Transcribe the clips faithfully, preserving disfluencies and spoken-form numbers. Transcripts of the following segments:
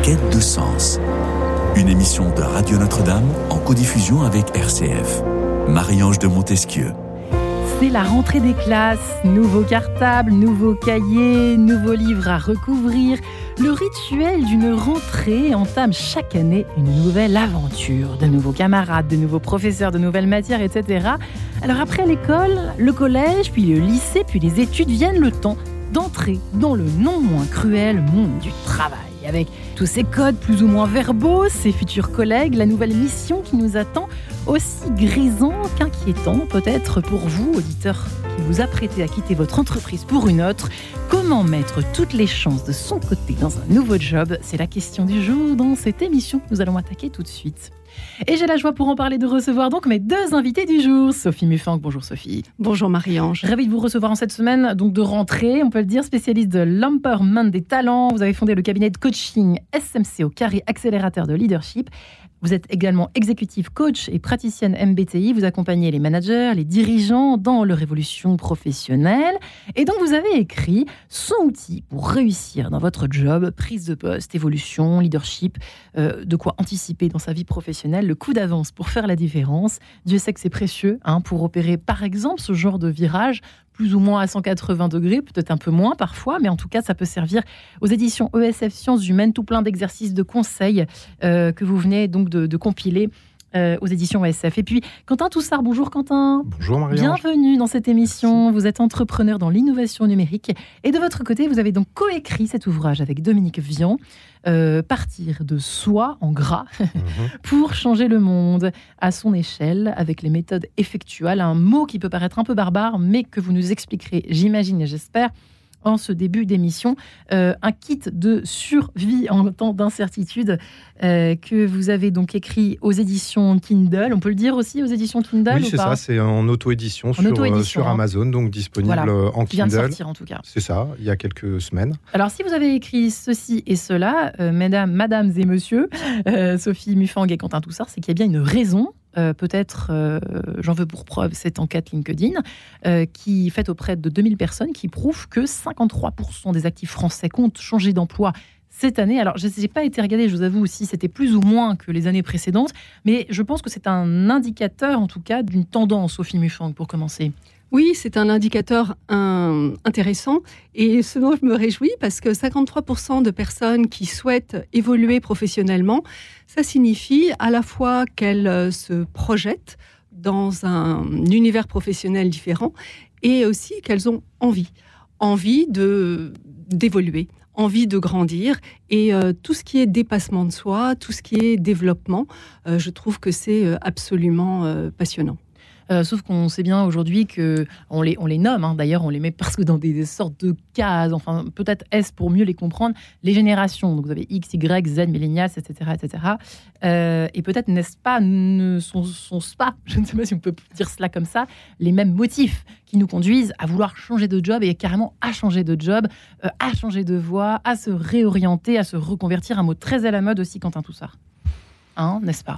quête de sens. Une émission de Radio Notre-Dame en codiffusion avec R C F. Marie-Ange de Montesquieu. C'est la rentrée des classes, nouveaux cartables, nouveaux cahiers, nouveaux livres à recouvrir. Le rituel d'une rentrée entame chaque année une nouvelle aventure. De nouveaux camarades, de nouveaux professeurs, de nouvelles matières, et cetera. Alors après l'école, le collège, puis le lycée, puis les études, viennent le temps d'entrer dans le non moins cruel monde du travail. Avec tous ces codes plus ou moins verbaux, ces futurs collègues, la nouvelle mission qui nous attend, aussi grisant qu'inquiétant peut-être pour vous, auditeurs qui vous apprêtez à quitter votre entreprise pour une autre. Comment mettre toutes les chances de son côté dans un nouveau job ? C'est la question du jour dans cette émission que nous allons attaquer tout de suite. Et j'ai la joie pour en parler de recevoir donc mes deux invités du jour. Sophie Mufang, bonjour Sophie. Bonjour Marie-Ange. Ravi de vous recevoir en cette semaine donc de rentrée, on peut le dire, spécialiste de l'empowerment des talents. Vous avez fondé le cabinet de coaching S M C au Carré Accélérateur de Leadership. Vous êtes également exécutive coach et praticienne M B T I. Vous accompagnez les managers, les dirigeants dans leur évolution professionnelle. Et donc, vous avez écrit cent outils pour réussir dans votre job, prise de poste, évolution, leadership, euh, de quoi anticiper dans sa vie professionnelle, le coup d'avance pour faire la différence. Dieu sait que c'est précieux hein, pour opérer, par exemple, ce genre de virage plus ou moins à cent quatre-vingts degrés, peut-être un peu moins parfois, mais en tout cas, ça peut servir aux éditions E S F Sciences Humaines, tout plein d'exercices de conseils euh, que vous venez donc de, de compiler euh, aux éditions E S F. Et puis, Quentin Toussard, bonjour Quentin. Bonjour Marie-Ange. Bienvenue dans cette émission. Merci. Vous êtes entrepreneur dans l'innovation numérique. Et de votre côté, vous avez donc coécrit cet ouvrage avec Dominique Vian, euh, Partir de soi en gras mm-hmm. pour changer le monde à son échelle avec les méthodes effectuales. Un mot qui peut paraître un peu barbare, mais que vous nous expliquerez, j'imagine et j'espère, en ce début d'émission, euh, un kit de survie en temps d'incertitude euh, que vous avez donc écrit aux éditions Kindle. On peut le dire aussi aux éditions Kindle Oui, ou c'est pas ça, c'est en auto-édition, en sur, auto-édition sur Amazon, donc disponible voilà, en Kindle. Qui vient de sortir en tout cas. C'est ça, il y a quelques semaines. Alors si vous avez écrit ceci et cela, euh, mesdames, madames et messieurs, euh, Sophie Mufang et Quentin Toussard, c'est qu'il y a bien une raison. Euh, peut-être, euh, j'en veux pour preuve cette enquête LinkedIn, euh, qui est faite auprès de deux mille personnes, qui prouve que cinquante-trois pour cent des actifs français comptent changer d'emploi cette année. Alors, je n'ai pas été regardée, je vous avoue aussi, c'était plus ou moins que les années précédentes, mais je pense que c'est un indicateur, en tout cas, d'une tendance, Sophie Mufang, pour commencer. Oui, c'est un indicateur un, intéressant et ce dont je me réjouis parce que cinquante-trois pour cent de personnes qui souhaitent évoluer professionnellement, ça signifie à la fois qu'elles se projettent dans un univers professionnel différent et aussi qu'elles ont envie, envie de, d'évoluer, envie de grandir et euh, tout ce qui est dépassement de soi, tout ce qui est développement, euh, je trouve que c'est absolument euh, passionnant. Euh, sauf qu'on sait bien aujourd'hui qu'on les, on les nomme, hein, d'ailleurs on les met parce que dans des, des sortes de cases, enfin peut-être S pour mieux les comprendre, les générations, donc vous avez X, Y, Z, millennials, et cetera et cetera. Euh, et peut-être n'est-ce pas, ne sont, sont pas, je ne sais pas si on peut dire cela comme ça, les mêmes motifs qui nous conduisent à vouloir changer de job et carrément à changer de job, euh, à changer de voie, à se réorienter, à se reconvertir, un mot très à la mode aussi, Quentin Toussard. Hein, n'est-ce pas ?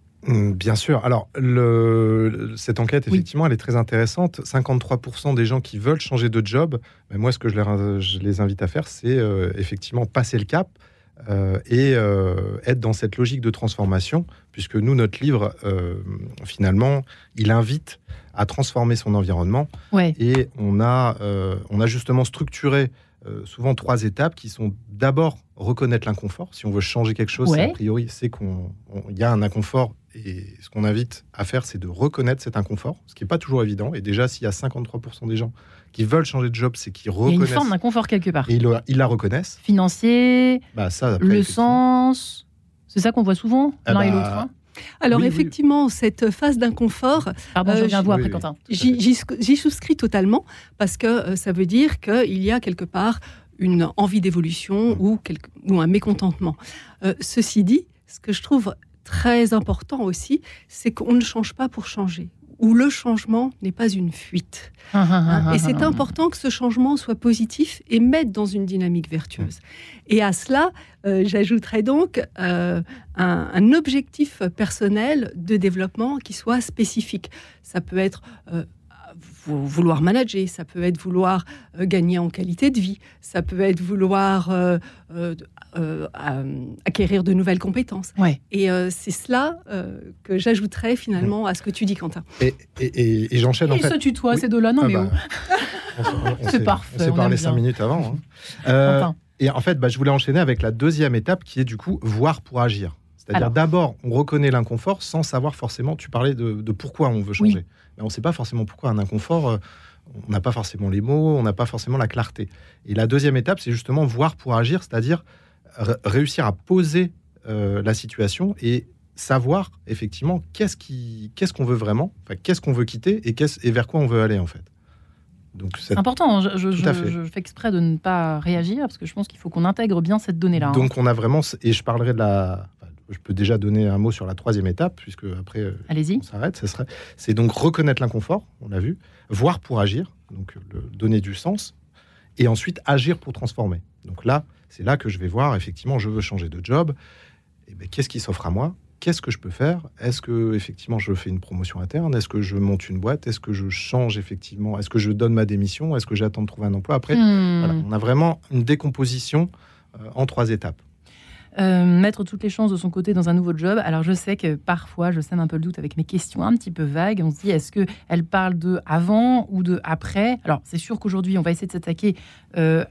Bien sûr. Alors, le, cette enquête, effectivement, oui. elle est très intéressante. cinquante-trois pour cent des gens qui veulent changer de job, ben moi, ce que je, leur, je les invite à faire, c'est euh, effectivement passer le cap euh, et euh, être dans cette logique de transformation, puisque nous, notre livre, euh, finalement, il invite à transformer son environnement. Ouais. Et on a, euh, on a justement structuré euh, souvent trois étapes qui sont d'abord reconnaître l'inconfort. Si on veut changer quelque chose, ouais. a priori, c'est qu'il y a un inconfort. Et ce qu'on invite à faire, c'est de reconnaître cet inconfort, ce qui n'est pas toujours évident. Et déjà, s'il y a cinquantre-trois pour cent des gens qui veulent changer de job, c'est qu'ils reconnaissent... Il y a une forme d'inconfort quelque part. Et ils, ils la reconnaissent. Financier, bah, ça, après, le sens... C'est ça qu'on voit souvent, ah l'un bah... et l'autre. Hein. Alors oui, effectivement, oui. cette phase d'inconfort... Pardon, euh, je viens vous après, oui, Quentin. J'y, j'y, j'y souscris totalement, parce que euh, ça veut dire qu'il y a quelque part une envie d'évolution mmh. ou, quelque, ou un mécontentement. Euh, ceci dit, ce que je trouve... très important aussi, c'est qu'on ne change pas pour changer, ou le changement n'est pas une fuite. Et c'est important que ce changement soit positif et mette dans une dynamique vertueuse. Et à cela, euh, j'ajouterais donc euh, un, un objectif personnel de développement qui soit spécifique. Ça peut être... Euh, vouloir manager, ça peut être vouloir euh, gagner en qualité de vie, ça peut être vouloir euh, euh, euh, acquérir de nouvelles compétences. Ouais. Et euh, c'est cela euh, que j'ajouterais finalement à ce que tu dis, Quentin. Et, et, et, et j'enchaîne Et en ils fait. se tutoient, Oui. ces deux-là, non Ah mais bah, oh. on, on, on C'est s'est, parfait, on s'est on parlé aime cinq bien. minutes avant. Hein. Euh, Quentin. et en fait, bah, je voulais enchaîner avec la deuxième étape qui est du coup voir pour agir. C'est-à-dire Alors. d'abord, on reconnaît l'inconfort sans savoir forcément, tu parlais de, de pourquoi on veut changer. Oui. Mais on ne sait pas forcément pourquoi un inconfort, euh, on n'a pas forcément les mots, on n'a pas forcément la clarté. Et la deuxième étape, c'est justement voir pour agir, c'est-à-dire r- réussir à poser euh, la situation et savoir effectivement qu'est-ce, qui, qu'est-ce qu'on veut vraiment, enfin, qu'est-ce qu'on veut quitter et, qu'est-ce, et vers quoi on veut aller en fait. Donc, C'est important, je, je, Tout à je, fait. je fais exprès de ne pas réagir, parce que je pense qu'il faut qu'on intègre bien cette donnée-là. hein. Donc on a vraiment, et je parlerai de la, enfin, je peux déjà donner un mot sur la troisième étape, puisque après euh, Allez-y. on s'arrête, ça serait, c'est donc reconnaître l'inconfort, on l'a vu, voir pour agir, donc le, donner du sens, et ensuite agir pour transformer. Donc là, c'est là que je vais voir, effectivement, je veux changer de job, et ben, qu'est-ce qui s'offre à moi ? Qu'est-ce que je peux faire ? Est-ce que effectivement je fais une promotion interne ? Est-ce que je monte une boîte ? Est-ce que je change effectivement ? Est-ce que je donne ma démission ? Est-ce que j'attends de trouver un emploi ? Après, Hmm. voilà, on a vraiment une décomposition euh, en trois étapes. Euh, mettre toutes les chances de son côté dans un nouveau job. Alors je sais que parfois je sème un peu le doute avec mes questions un petit peu vagues. On se dit, est-ce qu'elle parle de avant ou de après ? Alors c'est sûr qu'aujourd'hui on va essayer de s'attaquer euh,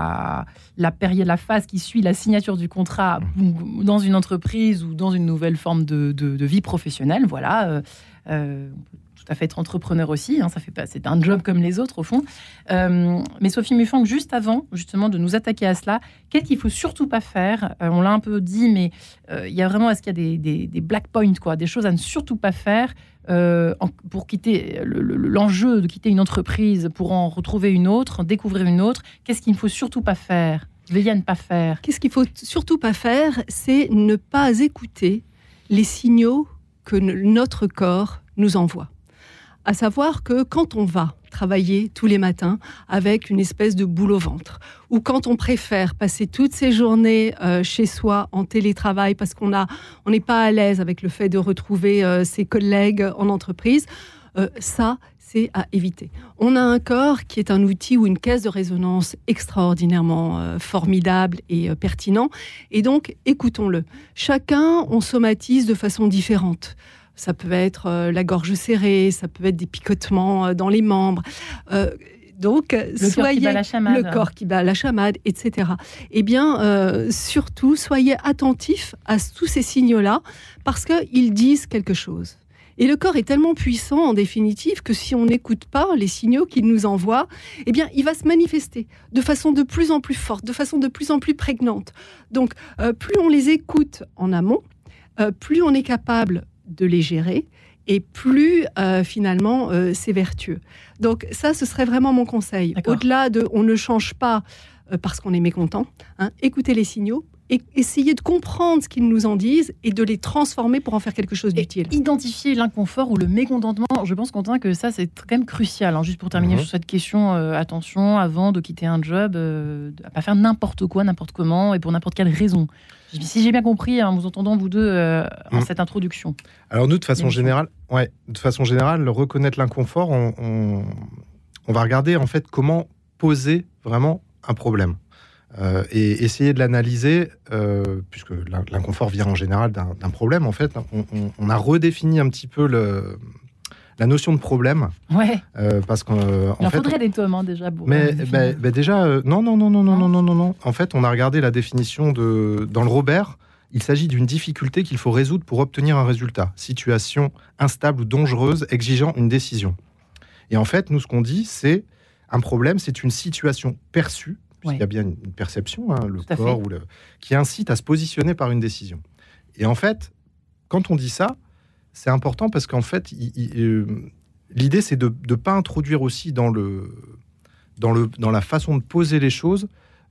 à la période, la phase qui suit la signature du contrat dans une entreprise ou dans une nouvelle forme de, de, de vie professionnelle. Voilà. Euh, euh, tout à fait être entrepreneur aussi, hein, ça fait pas, c'est un job comme les autres au fond. Euh, mais Sophie Mufang, juste avant justement de nous attaquer à cela, qu'est-ce qu'il faut surtout pas faire ? euh, On l'a un peu dit, mais euh, il y a vraiment, est-ce qu'il y a des, des, des black points, quoi, des choses à ne surtout pas faire euh, en, pour quitter le, le, l'enjeu de quitter une entreprise pour en retrouver une autre, en découvrir une autre. Qu'est-ce qu'il ne faut surtout pas faire ? Veiller à ne pas faire. Qu'est-ce qu'il faut surtout pas faire ? C'est ne pas écouter les signaux que n- notre corps nous envoie. À savoir que quand on va travailler tous les matins avec une espèce de boule au ventre, ou quand on préfère passer toutes ses journées euh, chez soi en télétravail parce qu'on a, on n'est pas à l'aise avec le fait de retrouver euh, ses collègues en entreprise, euh, ça, c'est à éviter. On a un corps qui est un outil ou une caisse de résonance extraordinairement euh, formidable et euh, pertinent, et donc écoutons-le. Chacun, on somatise de façon différente. Ça peut être euh, la gorge serrée, ça peut être des picotements euh, dans les membres. Euh, donc, Le soyez corps qui bat la chamade. le corps qui bat la chamade, et cetera. Eh bien, euh, surtout, soyez attentifs à tous ces signaux-là parce qu'ils disent quelque chose. Et le corps est tellement puissant, en définitive, que si on n'écoute pas les signaux qu'il nous envoie, eh bien, il va se manifester de façon de plus en plus forte, de façon de plus en plus prégnante. Donc, euh, plus on les écoute en amont, euh, plus on est capable de les gérer et plus euh, finalement euh, c'est vertueux. Donc ça, ce serait vraiment mon conseil. D'accord. Au-delà de on ne change pas euh, parce qu'on est mécontent, hein, écoutez les signaux et essayez de comprendre ce qu'ils nous en disent et de les transformer pour en faire quelque chose Et d'utile. identifier l'inconfort ou le mécontentement, je pense, Quentin, que ça, c'est quand même crucial. hein. Juste pour terminer Mhm. sur cette question, euh, attention, avant de quitter un job, euh, à pas faire n'importe quoi, n'importe comment et pour n'importe quelle raison. Si j'ai bien compris, en vous entendant vous deux euh, en Mhm. cette introduction. Alors nous, de façon L'émission. générale, ouais, de façon générale, reconnaître l'inconfort, on, on, on va regarder en fait comment poser vraiment un problème euh, et essayer de l'analyser, euh, puisque l'in- l'inconfort vient en général d'un, d'un problème. En fait, on, on, on a redéfini un petit peu le, la notion de problème Ouais, euh, parce qu'en euh, il en fait, faudrait des tomes hein, déjà. Pour, Mais euh, bah, définir. bah déjà, euh, non, non, non, non, non, Non. non, non, non, non. En fait, on a regardé la définition de dans le Robert. Il s'agit d'une difficulté qu'il faut résoudre pour obtenir un résultat. Situation instable ou dangereuse exigeant une décision. Et en fait, nous, ce qu'on dit, c'est un problème, c'est une situation perçue, puisqu'il Ouais. y a bien une perception, hein, le Tout à corps, fait. ou le, qui incite à se positionner par une décision. Et en fait, quand on dit ça, c'est important parce qu'en fait, il- il- euh, l'idée, c'est de ne pas introduire aussi dans, le, dans, le, dans la façon de poser les choses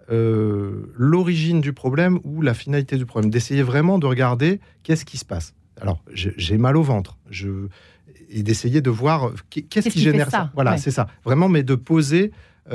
euh, l'origine du problème ou la finalité du problème. D'essayer vraiment de regarder qu'est-ce qui se passe. Alors, j'ai j'ai mal au ventre. Je, et d'essayer de voir qu'est- qu'est-ce Qu'est-ce qui qui fait génère ça. ça Voilà, Ouais. c'est ça. Vraiment, mais de poser...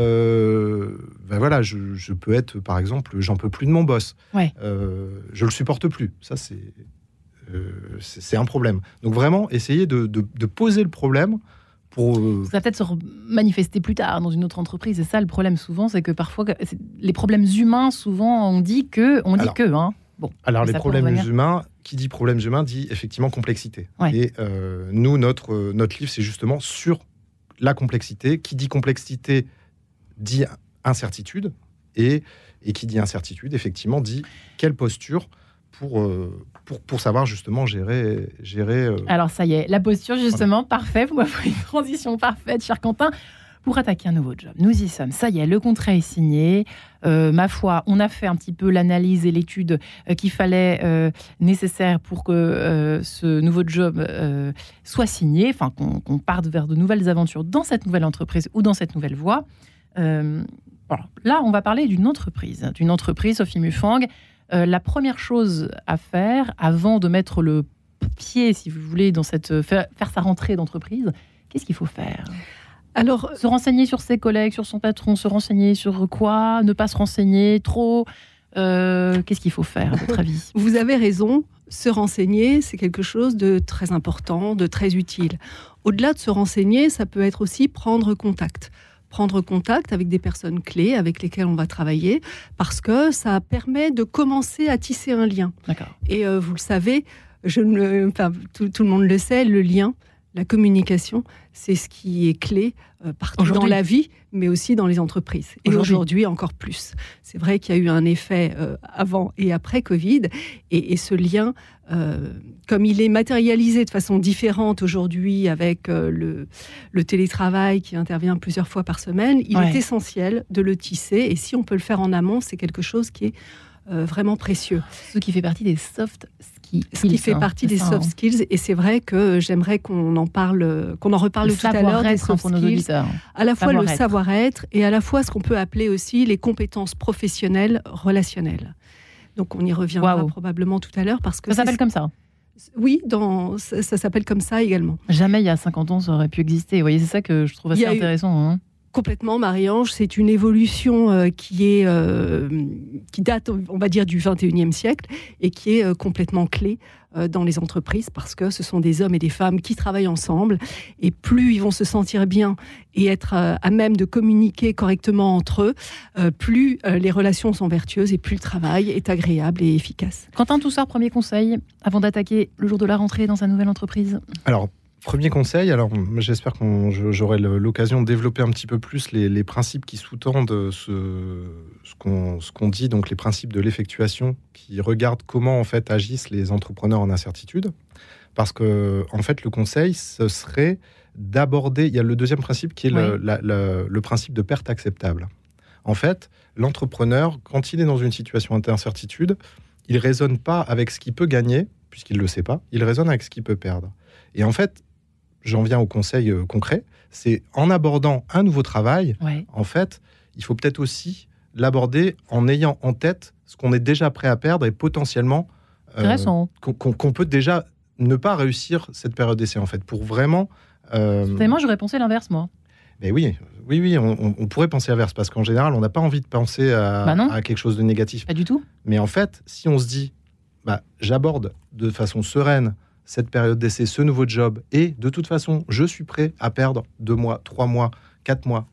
euh, ben voilà, je, je peux être, par exemple, j'en peux plus de mon boss. Ouais. Euh, je le supporte plus. Ça, c'est... Euh, c'est c'est un problème. Donc vraiment, essayer de, de, de poser le problème pour, euh... Ça va peut-être se manifester plus tard dans une autre entreprise. Et ça, le problème souvent, c'est que parfois, c'est... les problèmes humains, souvent, on dit que, on dit alors, que, hein. Bon, alors les problèmes humains, qui dit problèmes humains dit effectivement complexité. Ouais. Et euh, nous, notre, notre livre, c'est justement sur la complexité. Qui dit complexité dit incertitude. Et, et qui dit incertitude, effectivement, dit quelle posture pour, euh, pour, pour savoir justement gérer... gérer euh... Alors ça y est, la posture justement, voilà. Parfait. Vous m'avez une transition parfaite, cher Quentin, pour attaquer un nouveau job. Nous y sommes. Ça y est, le contrat est signé. Euh, ma foi, on a fait un petit peu l'analyse et l'étude euh, qu'il fallait euh, nécessaire pour que euh, ce nouveau job euh, soit signé, enfin qu'on, qu'on parte vers de nouvelles aventures dans cette nouvelle entreprise ou dans cette nouvelle voie. Euh, Alors, là, on va parler d'une entreprise, d'une entreprise, Sophie Mufang. Euh, la première chose à faire, avant de mettre le pied, si vous voulez, dans cette faire, faire sa rentrée d'entreprise, qu'est-ce qu'il faut faire ? Alors, se renseigner sur ses collègues, sur son patron, se renseigner sur quoi ? Ne pas se renseigner trop ? euh, Qu'est-ce qu'il faut faire, à votre avis ? Vous avez raison. Se renseigner, c'est quelque chose de très important, de très utile. Au-delà de se renseigner, ça peut être aussi prendre contact. Prendre contact avec des personnes clés avec lesquelles on va travailler, parce que ça permet de commencer à tisser un lien. D'accord. Et euh, vous le savez, je ne, enfin, tout, tout le monde le sait, le lien, la communication, c'est ce qui est clé euh, partout dans la vie, mais aussi dans les entreprises. Et aujourd'hui, aujourd'hui encore plus. C'est vrai qu'il y a eu un effet euh, avant et après Covid, et, et ce lien, euh, comme il est matérialisé de façon différente aujourd'hui avec euh, le, le télétravail qui intervient plusieurs fois par semaine, il ouais. est essentiel de le tisser, et si on peut le faire en amont, c'est quelque chose qui est euh, vraiment précieux. Ce qui fait partie des soft skills. Ce qui fait partie des soft skills, et c'est vrai que j'aimerais qu'on en parle, qu'on en reparle le tout à l'heure des soft skills. À la fois savoir-être. Le savoir-être et à la fois ce qu'on peut appeler aussi les compétences professionnelles relationnelles. Donc on y reviendra wow. probablement tout à l'heure parce que ça s'appelle comme ça. Oui, dans, ça, ça s'appelle comme ça également. Jamais il y a cinquante ans ça aurait pu exister. Vous voyez, c'est ça que je trouve assez intéressant. Hein. Complètement, Marie-Ange, c'est une évolution euh, qui est euh, qui date, on va dire, du vingt et unième siècle et qui est euh, complètement clé euh, dans les entreprises parce que ce sont des hommes et des femmes qui travaillent ensemble et plus ils vont se sentir bien et être euh, à même de communiquer correctement entre eux, euh, plus euh, les relations sont vertueuses et plus le travail est agréable et efficace. Quentin Toussard, premier conseil avant d'attaquer le jour de la rentrée dans sa nouvelle entreprise. Alors, premier conseil, alors j'espère que j'aurai l'occasion de développer un petit peu plus les, les principes qui sous-tendent ce, ce, qu'on, ce qu'on dit, donc les principes de l'effectuation, qui regardent comment en fait agissent les entrepreneurs en incertitude. Parce que en fait, le conseil, ce serait d'aborder. Il y a le deuxième principe qui est oui. le, la, la, le principe de perte acceptable. En fait, l'entrepreneur, quand il est dans une situation d'incertitude, il raisonne pas avec ce qu'il peut gagner, puisqu'il le sait pas. Il raisonne avec ce qu'il peut perdre. Et en fait, j'en viens au conseil euh, concret, c'est en abordant un nouveau travail, ouais. en fait, il faut peut-être aussi l'aborder en ayant en tête ce qu'on est déjà prêt à perdre et potentiellement euh, qu'on, qu'on peut déjà ne pas réussir cette période d'essai, en fait, pour vraiment... Euh... Vraiment, j'aurais pensé l'inverse, moi. Mais oui, oui, oui, on, on pourrait penser l'inverse, parce qu'en général, on n'a pas envie de penser à, bah à quelque chose de négatif. Pas du tout. Mais en fait, si on se dit, bah, j'aborde de façon sereine cette période d'essai, ce nouveau job, et de toute façon, je suis prêt à perdre deux mois, trois mois, quatre mois,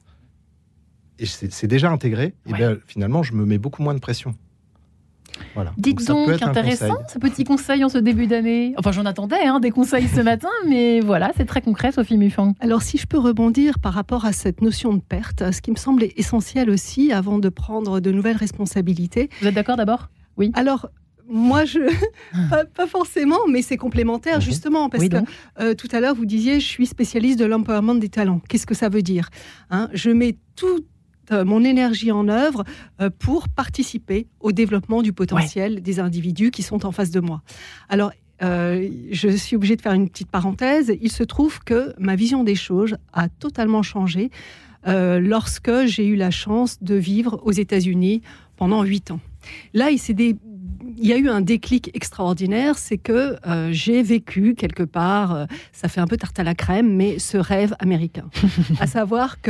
et c'est, c'est déjà intégré, ouais. et bien finalement, je me mets beaucoup moins de pression. Voilà. Dites donc, donc intéressant ce petit conseil en ce début d'année. Enfin, j'en attendais hein, des conseils ce matin, mais voilà, c'est très concret, Sophie Mufang. Alors, si je peux rebondir par rapport à cette notion de perte, ce qui me semble essentiel aussi avant de prendre de nouvelles responsabilités. Vous êtes d'accord d'abord ? Oui. Alors, moi, je pas, pas forcément, mais c'est complémentaire mmh. justement parce oui, que euh, tout à l'heure vous disiez, je suis spécialiste de l'empowerment des talents. Qu'est-ce que ça veut dire hein ? Je mets toute euh, mon énergie en œuvre euh, pour participer au développement du potentiel ouais. des individus qui sont en face de moi. Alors, euh, je suis obligée de faire une petite parenthèse. Il se trouve que ma vision des choses a totalement changé euh, lorsque j'ai eu la chance de vivre aux États-Unis pendant huit ans. Là, il s'est des Il y a eu un déclic extraordinaire, c'est que euh, j'ai vécu quelque part, euh, ça fait un peu tarte à la crème, mais ce rêve américain. À savoir que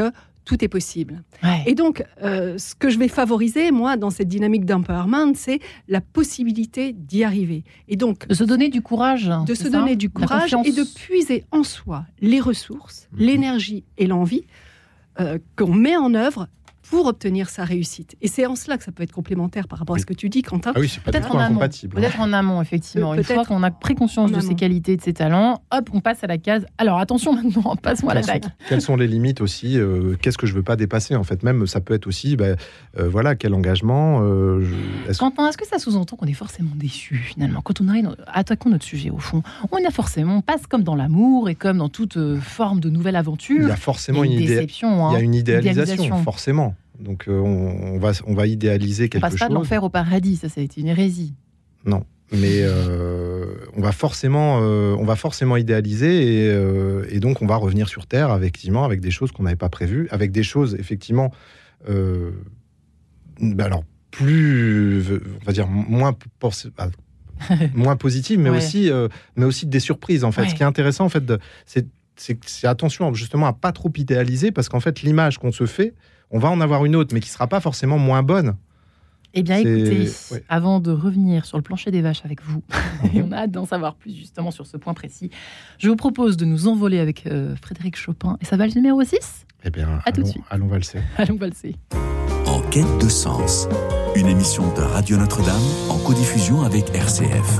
tout est possible. Ouais. Et donc, euh, ce que je vais favoriser, moi, dans cette dynamique d'empowerment, c'est la possibilité d'y arriver. Et donc, de se donner du courage. De se donner du courage et de puiser en soi les ressources, mmh. l'énergie et l'envie euh, qu'on met en œuvre pour obtenir sa réussite. Et c'est en cela que ça peut être complémentaire par rapport oui. à ce que tu dis, Quentin. Ah oui, c'est peut-être en amont. Peut-être en amont, effectivement. Peut- Une fois qu'on a pris conscience de amont. ses qualités, de ses talents, hop, on passe à la case. Alors attention maintenant, passe-moi à l'attaque. Quelles sont les limites aussi euh, Qu'est-ce que je veux pas dépasser en fait? Même ça peut être aussi, bah, euh, voilà, quel engagement. Euh, je... est-ce... Quentin, est-ce que ça sous-entend qu'on est forcément déçu finalement quand on arrive, attaquons notre sujet au fond. On a forcément, on passe comme dans l'amour et comme dans toute euh, forme de nouvelle aventure. Il y a forcément il y a une, une idée... déception. Hein. Il y a une idéalisation, idéalisation. forcément. Donc euh, on, on, va, on va idéaliser quelque chose. On passe pas chose. de l'enfer au paradis, ça, ça a été une hérésie. Non, mais euh, on, va forcément, euh, on va forcément idéaliser et, euh, et donc on va revenir sur Terre, effectivement, avec des choses qu'on n'avait pas prévues, avec des choses, effectivement, euh, bah alors plus, on va dire, moins, moins positives, mais, ouais. aussi, euh, mais aussi des surprises, en fait. Ouais. Ce qui est intéressant, en fait, de, c'est, c'est, c'est attention, justement, à pas trop idéaliser, parce qu'en fait, l'image qu'on se fait, on va en avoir une autre, mais qui ne sera pas forcément moins bonne. Eh bien, c'est... écoutez, ouais. avant de revenir sur le plancher des vaches avec vous, et on a hâte d'en savoir plus justement sur ce point précis, je vous propose de nous envoler avec euh, Frédéric Chopin et sa valse numéro six. Eh bien, à allons, tout de suite. Allons valser. Allons valser. En quête de sens, une émission de Radio Notre-Dame en codiffusion avec R C F.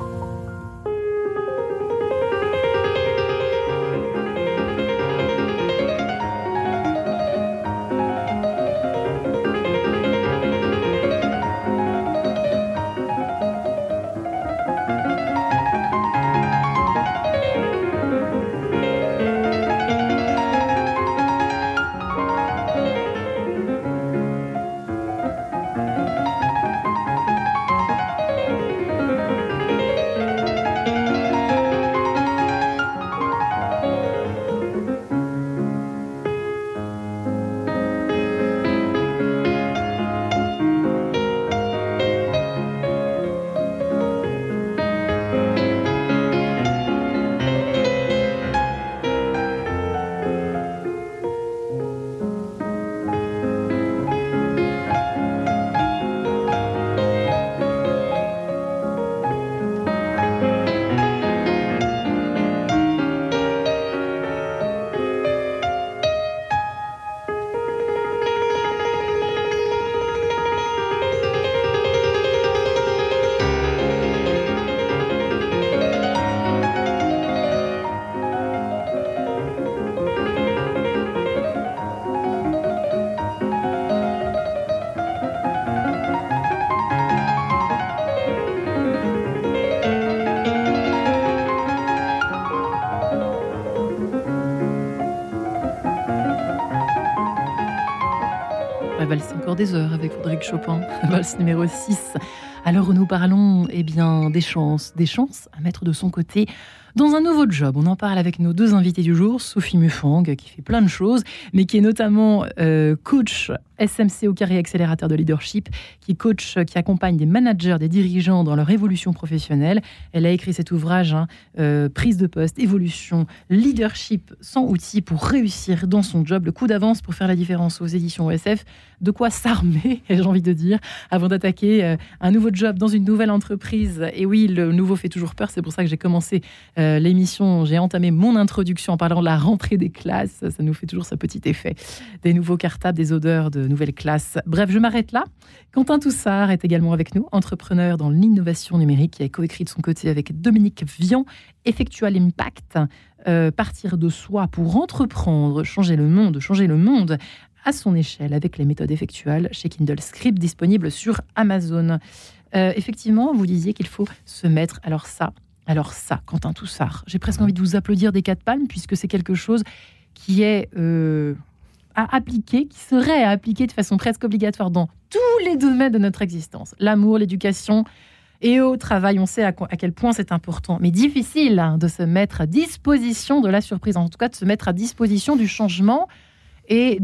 Valse encore des heures avec Frédéric Chopin, valse numéro six. Alors nous parlons eh bien, des chances, des chances à mettre de son côté dans un nouveau job. On en parle avec nos deux invités du jour, Sophie Mufang, qui fait plein de choses, mais qui est notamment euh, coach S M C au carré accélérateur de leadership, qui est coach, qui accompagne des managers, des dirigeants dans leur évolution professionnelle. Elle a écrit cet ouvrage, hein, euh, Prise de poste, évolution, leadership sans outils pour réussir dans son job. Le coup d'avance pour faire la différence aux éditions O S F. De quoi s'armer, j'ai envie de dire, avant d'attaquer euh, un nouveau job dans une nouvelle entreprise. Et oui, le nouveau fait toujours peur. C'est pour ça que j'ai commencé euh, l'émission, j'ai entamé mon introduction en parlant de la rentrée des classes. Ça nous fait toujours ce petit effet. Des nouveaux cartables, des odeurs de nouvelles classes. Bref, je m'arrête là. Quentin Toussard est également avec nous, entrepreneur dans l'innovation numérique, qui a coécrit de son côté avec Dominique Vian, Effectual Impact, euh, partir de soi pour entreprendre, changer le monde, changer le monde à son échelle avec les méthodes effectuales chez Kindle Script, disponible sur Amazon. Euh, effectivement, vous disiez qu'il faut se mettre, alors ça, alors ça, Quentin Toussard, j'ai presque envie de vous applaudir des quatre palmes, puisque c'est quelque chose qui est euh, à appliquer, qui serait à appliquer de façon presque obligatoire dans tous les domaines de notre existence. L'amour, l'éducation et au travail, on sait à, quoi, à quel point c'est important, mais difficile hein, de se mettre à disposition de la surprise, en tout cas de se mettre à disposition du changement et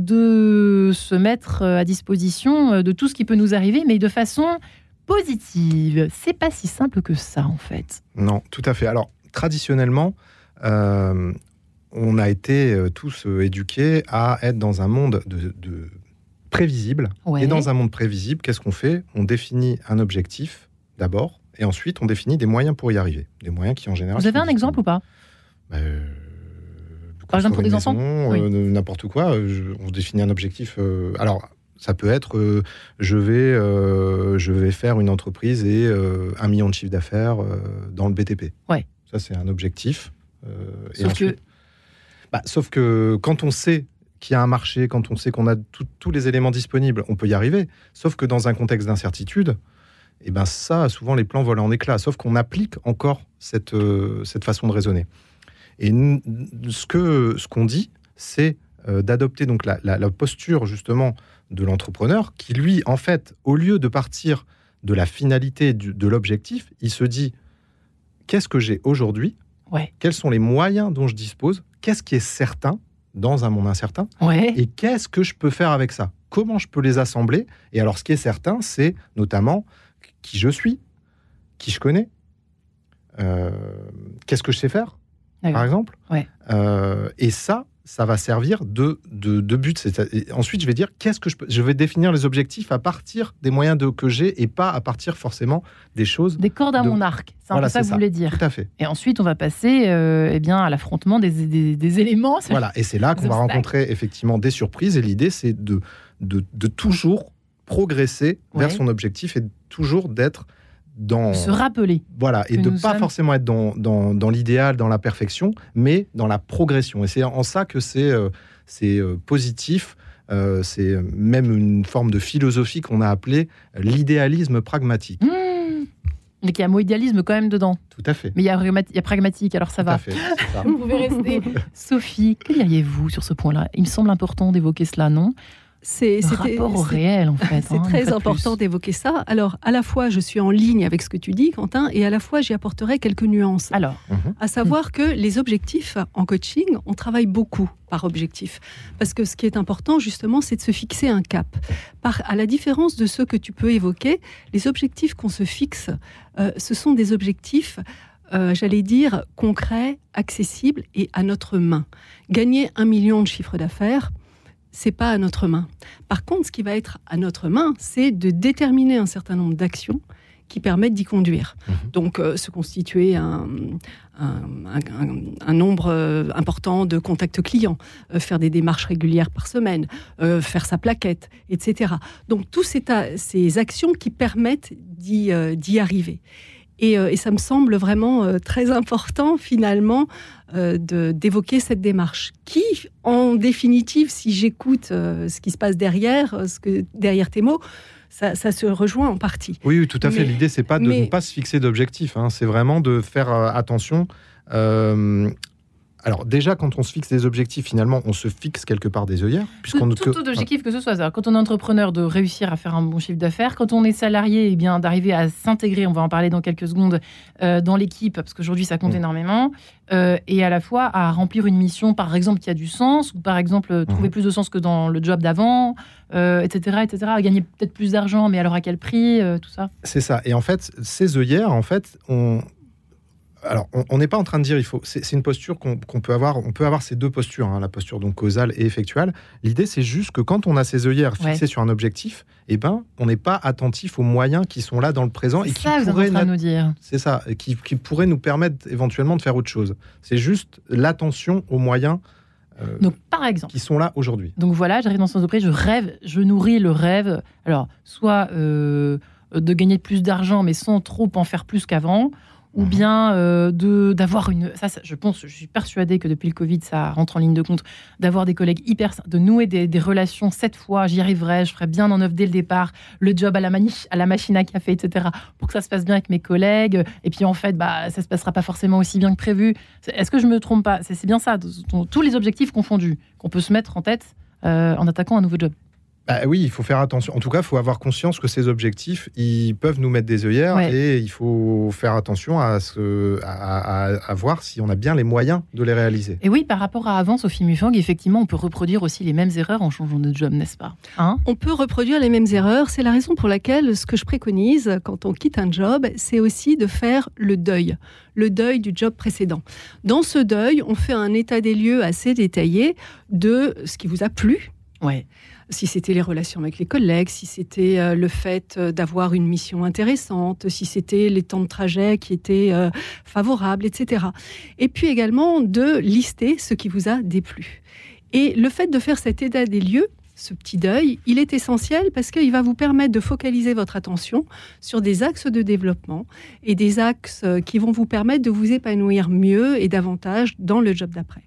de se mettre à disposition de tout ce qui peut nous arriver, mais de façon positive. C'est pas si simple que ça, en fait. Non, tout à fait. Alors, traditionnellement, euh, on a été euh, tous euh, éduqués à être dans un monde de, de prévisible. Ouais. Et dans un monde prévisible, qu'est-ce qu'on fait ? On définit un objectif d'abord, et ensuite on définit des moyens pour y arriver. Des moyens qui en général. Vous avez un exemple ou pas ? bah, euh, Par exemple pour des enfants ? maison, Oui. euh, n'importe quoi. Je, on définit un objectif. Euh, alors. Ça peut être, euh, je, vais, euh, je vais faire une entreprise et euh, un million de chiffre d'affaires euh, dans le B T P. Ouais. Ça, c'est un objectif. Euh, Sauf et ensuite, que... Bah, sauf que quand on sait qu'il y a un marché, quand on sait qu'on a tout, tous les éléments disponibles, on peut y arriver. Sauf que dans un contexte d'incertitude, eh ben ça, souvent, les plans volent en éclats. Sauf qu'on applique encore cette, euh, cette façon de raisonner. Et n- ce, que, ce qu'on dit, c'est euh, d'adopter donc la, la, la posture, justement, de l'entrepreneur qui, lui, en fait, au lieu de partir de la finalité du, de l'objectif, il se dit qu'est-ce que j'ai aujourd'hui ? Ouais. Quels sont les moyens dont je dispose ? Qu'est-ce qui est certain dans un monde incertain ? Ouais. Et qu'est-ce que je peux faire avec ça ? Comment je peux les assembler ? Et alors, ce qui est certain, c'est notamment qui je suis, qui je connais, euh, qu'est-ce que je sais faire, D'accord. par exemple. Ouais. Euh, et ça, ça va servir de, de, de but. C'est, et ensuite, je vais dire, qu'est-ce que je peux... Je vais définir les objectifs à partir des moyens de, que j'ai et pas à partir forcément des choses... Des cordes à de... mon arc, c'est un voilà, peu ça c'est que vous voulez dire. Tout à fait. Et ensuite, on va passer euh, eh bien, à l'affrontement des, des, des éléments. Voilà, et c'est là qu'on va obstacles. rencontrer effectivement des surprises. Et l'idée, c'est de, de, de toujours progresser Ouais. vers son objectif et toujours d'être dans... Se rappeler. Voilà, et que de ne nous pas sommes- forcément être dans, dans, dans l'idéal, dans la perfection, mais dans la progression. Et c'est en ça que c'est, euh, c'est euh, positif. Euh, c'est même une forme de philosophie qu'on a appelée l'idéalisme pragmatique. Mmh. Mais qu'il y a un mot idéalisme quand même dedans. Tout à fait. Mais il y a, pragma- il y a pragmatique, alors ça Tout à va. fait, c'est ça. Vous pouvez rester. Sophie, que diriez-vous sur ce point-là ? Il me semble important d'évoquer cela, non ? C'est, Le c'était- rapport au c'est- réel, en fait. C'est hein, une très fois de important plus. d'évoquer ça. Alors, à la fois, je suis en ligne avec ce que tu dis, Quentin, et à la fois, j'y apporterai quelques nuances. Alors, Mhm. À savoir que les objectifs en coaching, on travaille beaucoup par objectif. Parce que ce qui est important, justement, c'est de se fixer un cap. Par, à la différence de ceux que tu peux évoquer, les objectifs qu'on se fixe, euh, ce sont des objectifs, euh, j'allais dire, concrets, accessibles et à notre main. Gagner un million de chiffre d'affaires, c'est pas à notre main. Par contre, ce qui va être à notre main, c'est de déterminer un certain nombre d'actions qui permettent d'y conduire. Mhm. Donc, euh, se constituer un, un, un- un nombre euh, important de contacts clients, euh, faire des démarches régulières par semaine, euh, faire sa plaquette, et cetera. Donc, tous ces, ta- ces actions qui permettent d'y, euh, d'y arriver. Et, euh, et ça me semble vraiment euh, très important, finalement, euh, de, d'évoquer cette démarche qui, en définitive, si j'écoute euh, ce qui se passe derrière, euh, ce que, derrière tes mots, ça, ça se rejoint en partie. Oui, oui, tout à fait. Mais- L'idée, c'est pas de mais- ne pas se fixer d'objectifs. Hein. C'est vraiment de faire euh, attention. Euh, alors, déjà, quand on se fixe des objectifs, finalement, on se fixe quelque part des œillères. tout, Puisqu'on tout, tout objectif que ce soit. Alors, quand on est entrepreneur, de réussir à faire un bon chiffre d'affaires. Quand on est salarié, eh bien, d'arriver à s'intégrer, on va en parler dans quelques secondes, euh, dans l'équipe, parce qu'aujourd'hui, ça compte Mmh. énormément. Euh, et à la fois à remplir une mission, par exemple, qui a du sens, ou par exemple, euh, trouver Mmh. plus de sens que dans le job d'avant, euh, et cetera, et cetera. À gagner peut-être plus d'argent, mais alors à quel prix, euh, tout ça. C'est ça. Et en fait, ces œillères, en fait, on... Alors, on n'est pas en train de dire, il faut. C'est, c'est une posture qu'on, qu'on peut avoir. On peut avoir ces deux postures, hein, la posture donc causale et effectuelle. L'idée, c'est juste que quand on a ces œillères fixées Ouais. sur un objectif, eh ben, on n'est pas attentif aux moyens qui sont là dans le présent et C'est qui ça que vous êtes pourraient en train de nat- nous dire. c'est ça, et qui, qui pourraient nous permettre éventuellement de faire autre chose. C'est juste l'attention aux moyens euh, Donc, par exemple, qui sont là aujourd'hui. Donc voilà, j'arrive dans ce entreprise, je rêve, je nourris le rêve. Alors, soit euh, de gagner plus d'argent, mais sans trop en faire plus qu'avant, ou Mhm. bien euh, de d'avoir une. Ça, ça, je pense, je suis persuadée que depuis le Covid, ça rentre en ligne de compte, d'avoir des collègues hyper, de nouer des, des relations cette fois, j'y arriverai, je ferai bien en œuvre dès le départ, le job à la, mani- à la machine à café, et cetera, pour que ça se passe bien avec mes collègues. Et puis en fait, bah, ça se passera pas forcément aussi bien que prévu. C'est- Est-ce que je me trompe pas? C'est c'est bien ça, tous les objectifs confondus qu'on peut se mettre en tête euh, en attaquant un nouveau job. Bah oui, il faut faire attention. En tout cas, il faut avoir conscience que ces objectifs, ils peuvent nous mettre des œillères ouais. et il faut faire attention à, ce, à, à, à voir si on a bien les moyens de les réaliser. Et oui, par rapport à avant, Sophie Mufang, effectivement, on peut reproduire aussi les mêmes erreurs en changeant de job, n'est-ce pas ? Hein ? On peut reproduire les mêmes erreurs. C'est la raison pour laquelle ce que je préconise quand on quitte un job, c'est aussi de faire le deuil. Le deuil du job précédent. Dans ce deuil, on fait un état des lieux assez détaillé de ce qui vous a plu. Ouais. Si c'était les relations avec les collègues, si c'était euh, le fait d'avoir une mission intéressante, si c'était les temps de trajet qui étaient euh, favorables, et cetera. Et puis également de lister ce qui vous a déplu. Et le fait de faire cet état des lieux, ce petit deuil, il est essentiel parce qu'il va vous permettre de focaliser votre attention sur des axes de développement et des axes qui vont vous permettre de vous épanouir mieux et davantage dans le job d'après.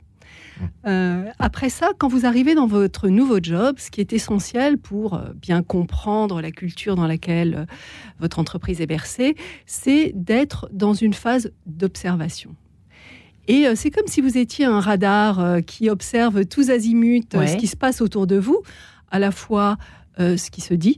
Euh, après ça, quand vous arrivez dans votre nouveau job, ce qui est essentiel pour euh, bien comprendre la culture dans laquelle euh, votre entreprise est bercée, c'est d'être dans une phase d'observation. Et euh, c'est comme si vous étiez un radar euh, qui observe tous azimuts ouais. ce qui se passe autour de vous, à la fois euh, ce qui se dit,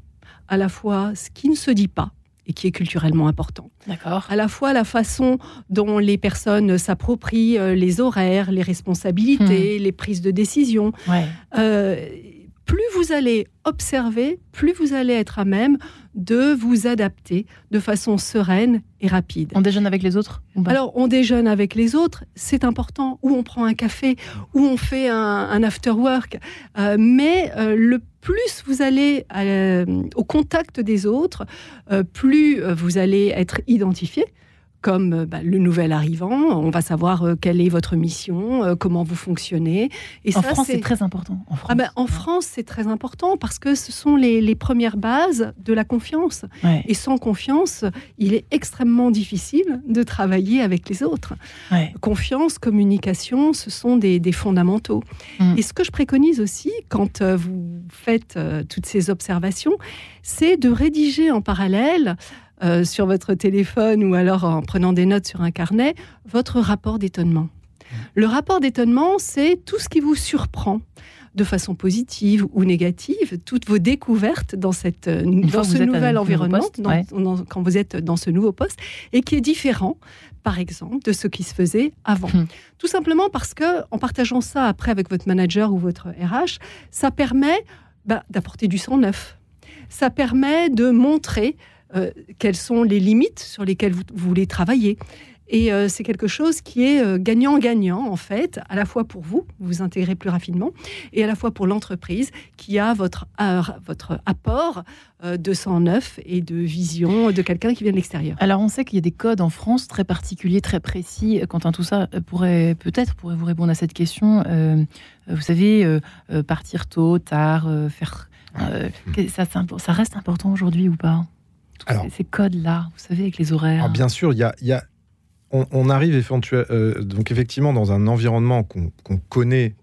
à la fois ce qui ne se dit pas, et qui est culturellement important. D'accord. À la fois la façon dont les personnes s'approprient euh, les horaires, les responsabilités, mmh. les prises de décision. Ouais. Euh, plus vous allez observer, plus vous allez être à même de vous adapter de façon sereine et rapide. On déjeune avec les autres ou pas ? Alors, on déjeune avec les autres, c'est important. Ou on prend un café, ou on fait un, un after-work. Euh, mais euh, le plus vous allez euh, au contact des autres, euh, plus vous allez être identifié comme bah, le nouvel arrivant. On va savoir euh, quelle est votre mission, euh, comment vous fonctionnez. Et en ça, France, c'est... c'est très important. En France, ah ben, en France, c'est très important parce que ce sont les, les premières bases de la confiance. Ouais. Et sans confiance, il est extrêmement difficile de travailler avec les autres. Ouais. Confiance, communication, ce sont des, des fondamentaux. Mmh. Et ce que je préconise aussi, quand euh, vous faites euh, toutes ces observations, c'est de rédiger en parallèle Euh, sur votre téléphone ou alors en prenant des notes sur un carnet, votre rapport d'étonnement. Le rapport d'étonnement, c'est tout ce qui vous surprend de façon positive ou négative, toutes vos découvertes dans, cette, dans ce nouvel environnement, poste, dans, ouais. dans, quand vous êtes dans ce nouveau poste, et qui est différent, par exemple, de ce qui se faisait avant. Hum. Tout simplement parce qu'en partageant ça après avec votre manager ou votre R H, ça permet bah, d'apporter du sang neuf. Ça permet de montrer Euh, quelles sont les limites sur lesquelles vous, vous voulez travailler. Et euh, c'est quelque chose qui est euh, gagnant-gagnant, en fait, à la fois pour vous, vous vous intégrez plus rapidement, et à la fois pour l'entreprise qui a votre, euh, votre apport euh, de sang neuf et de vision de quelqu'un qui vient de l'extérieur. Alors, on sait qu'il y a des codes en France très particuliers, très précis. Quentin, tout ça pourrait, peut-être pourrait vous répondre à cette question. Euh, vous savez, euh, euh, partir tôt, tard, euh, faire... Euh, ça, ça reste important aujourd'hui ou pas ? Alors, ces codes-là, vous savez, avec les horaires. Alors bien sûr, il y a, y a, on, on arrive éventuellement, euh, donc effectivement dans un environnement qu'on, qu'on connaît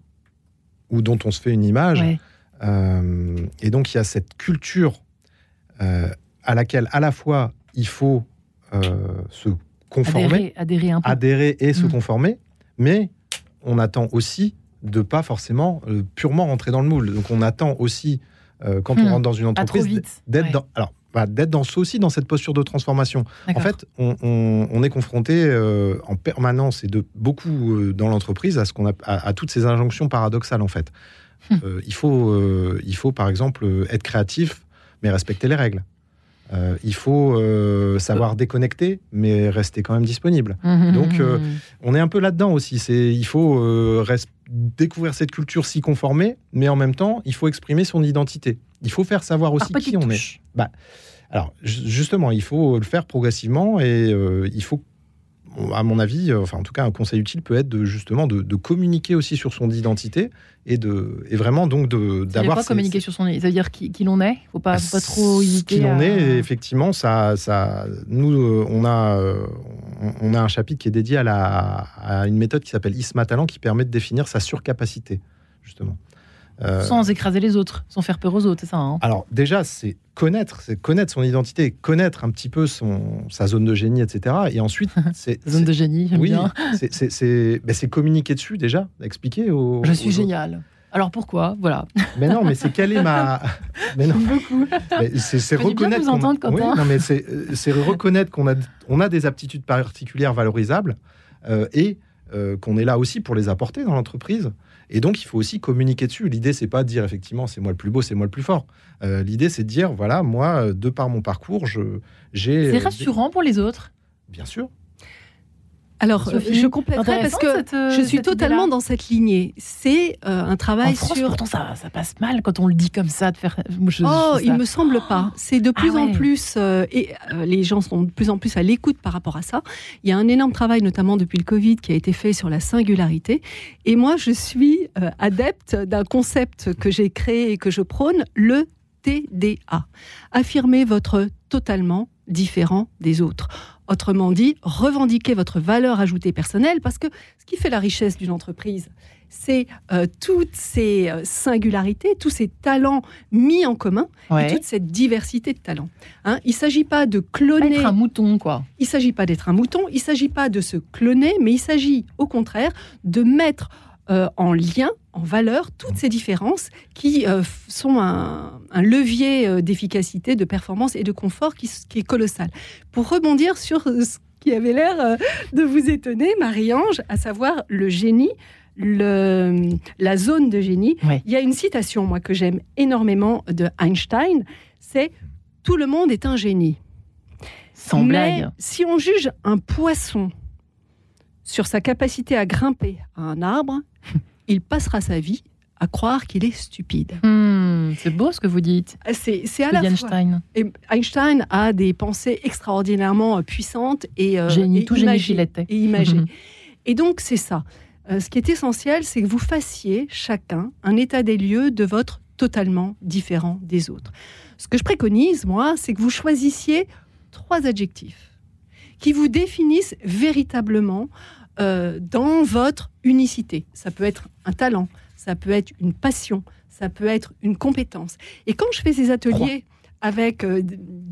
ou dont on se fait une image, ouais. euh, et donc il y a cette culture euh, à laquelle à la fois il faut euh, se conformer, adhérer, adhérer, un peu. adhérer et mmh. se conformer, mais on attend aussi de pas forcément euh, purement rentrer dans le moule. Donc on attend aussi euh, quand mmh. on rentre dans une entreprise d'être ouais. dans. Alors, Bah, d'être dans, aussi dans cette posture de transformation. D'accord. En fait, on, on, on est confronté euh, en permanence et de beaucoup euh, dans l'entreprise à, ce qu'on a, à, à toutes ces injonctions paradoxales, en fait. Hum. Euh, il, faut, euh, il faut, par exemple, être créatif, mais respecter les règles. Euh, il faut euh, savoir déconnecter, mais rester quand même disponible. Mmh, Donc, euh, on est un peu là-dedans aussi. C'est, il faut euh, rest- découvrir cette culture, s'y conformer, mais en même temps, il faut exprimer son identité. Il faut faire savoir aussi qui on est. Bah, alors, justement, il faut le faire progressivement et euh, il faut, à mon avis, euh, enfin, en tout cas, un conseil utile peut être de, justement de, de communiquer aussi sur son identité et, de, et vraiment donc de, ça d'avoir... pas ces, communiquer ces... sur son identité, ça veut dire qui, qui l'on est. Il ne faut pas, faut pas trop hésiter. Qui l'on à... est, et effectivement, ça, ça, nous, on a, on a un chapitre qui est dédié à, la, à une méthode qui s'appelle ISMA Talent qui permet de définir sa surcapacité, justement. Euh... Sans écraser les autres, sans faire peur aux autres, c'est ça hein. Alors déjà, c'est connaître, c'est connaître son identité, connaître un petit peu son, sa zone de génie, et cetera. Et ensuite, c'est... zone c'est, de génie, j'aime oui, bien. c'est, c'est, c'est, ben c'est communiquer dessus déjà, expliquer aux... Je suis aux génial. Alors pourquoi ? Voilà. Mais non, mais c'est quelle est ma... Mais non. Beaucoup. Mais c'est, c'est Je veux bien reconnaître vous entendre, qu'on... Quentin. Oui, non, mais c'est, c'est reconnaître qu'on a, on a des aptitudes particulières valorisables euh, et euh, qu'on est là aussi pour les apporter dans l'entreprise. Et donc, il faut aussi communiquer dessus. L'idée, c'est pas de dire, effectivement, c'est moi le plus beau, c'est moi le plus fort. Euh, l'idée, c'est de dire, voilà, moi, de par mon parcours, je, j'ai... C'est rassurant des... pour les autres. Bien sûr. Alors, Sophie, je compléterai parce que cette, euh, je suis totalement idée-là. Dans cette lignée. C'est euh, un travail en France, sur... pourtant, ça, ça passe mal quand on le dit comme ça. De faire... je, oh, je il me semble pas. C'est de plus ah, en ouais. plus... Euh, et euh, les gens sont de plus en plus à l'écoute par rapport à ça. Il y a un énorme travail, notamment depuis le Covid, qui a été fait sur la singularité. Et moi, je suis euh, adepte d'un concept que j'ai créé et que je prône, le T D A. Affirmer votre totalement différent des autres. Autrement dit, revendiquer votre valeur ajoutée personnelle, parce que ce qui fait la richesse d'une entreprise, c'est euh, toutes ces euh, singularités, tous ces talents mis en commun, ouais. et toute cette diversité de talents. Hein, il ne s'agit pas de cloner... Pas être un mouton, quoi. Il ne s'agit pas d'être un mouton, il ne s'agit pas de se cloner, mais il s'agit, au contraire, de mettre euh, en lien, en valeur, toutes ces différences qui euh, sont un, un levier euh, d'efficacité, de performance et de confort qui, qui est colossal. Pour rebondir sur ce qui avait l'air euh, de vous étonner, Marie-Ange, à savoir le génie, le, la zone de génie. Oui. Il y a une citation, moi, que j'aime énormément de Einstein, c'est « Tout le monde est un génie ». Sans Mais blague. Si on juge un poisson sur sa capacité à grimper à un arbre, il passera sa vie à croire qu'il est stupide. Mmh, c'est beau ce que vous dites. C'est, c'est à la Einstein. fois. Et Einstein a des pensées extraordinairement puissantes et, euh, génie, et tout imagées. Génie et imagées. Mmh. Et donc, c'est ça. Euh, ce qui est essentiel, c'est que vous fassiez chacun un état des lieux de votre totalement différent des autres. Ce que je préconise, moi, c'est que vous choisissiez trois adjectifs qui vous définissent véritablement euh, dans votre unicité. Ça peut être un talent, ça peut être une passion, ça peut être une compétence. Et quand je fais ces ateliers avec euh,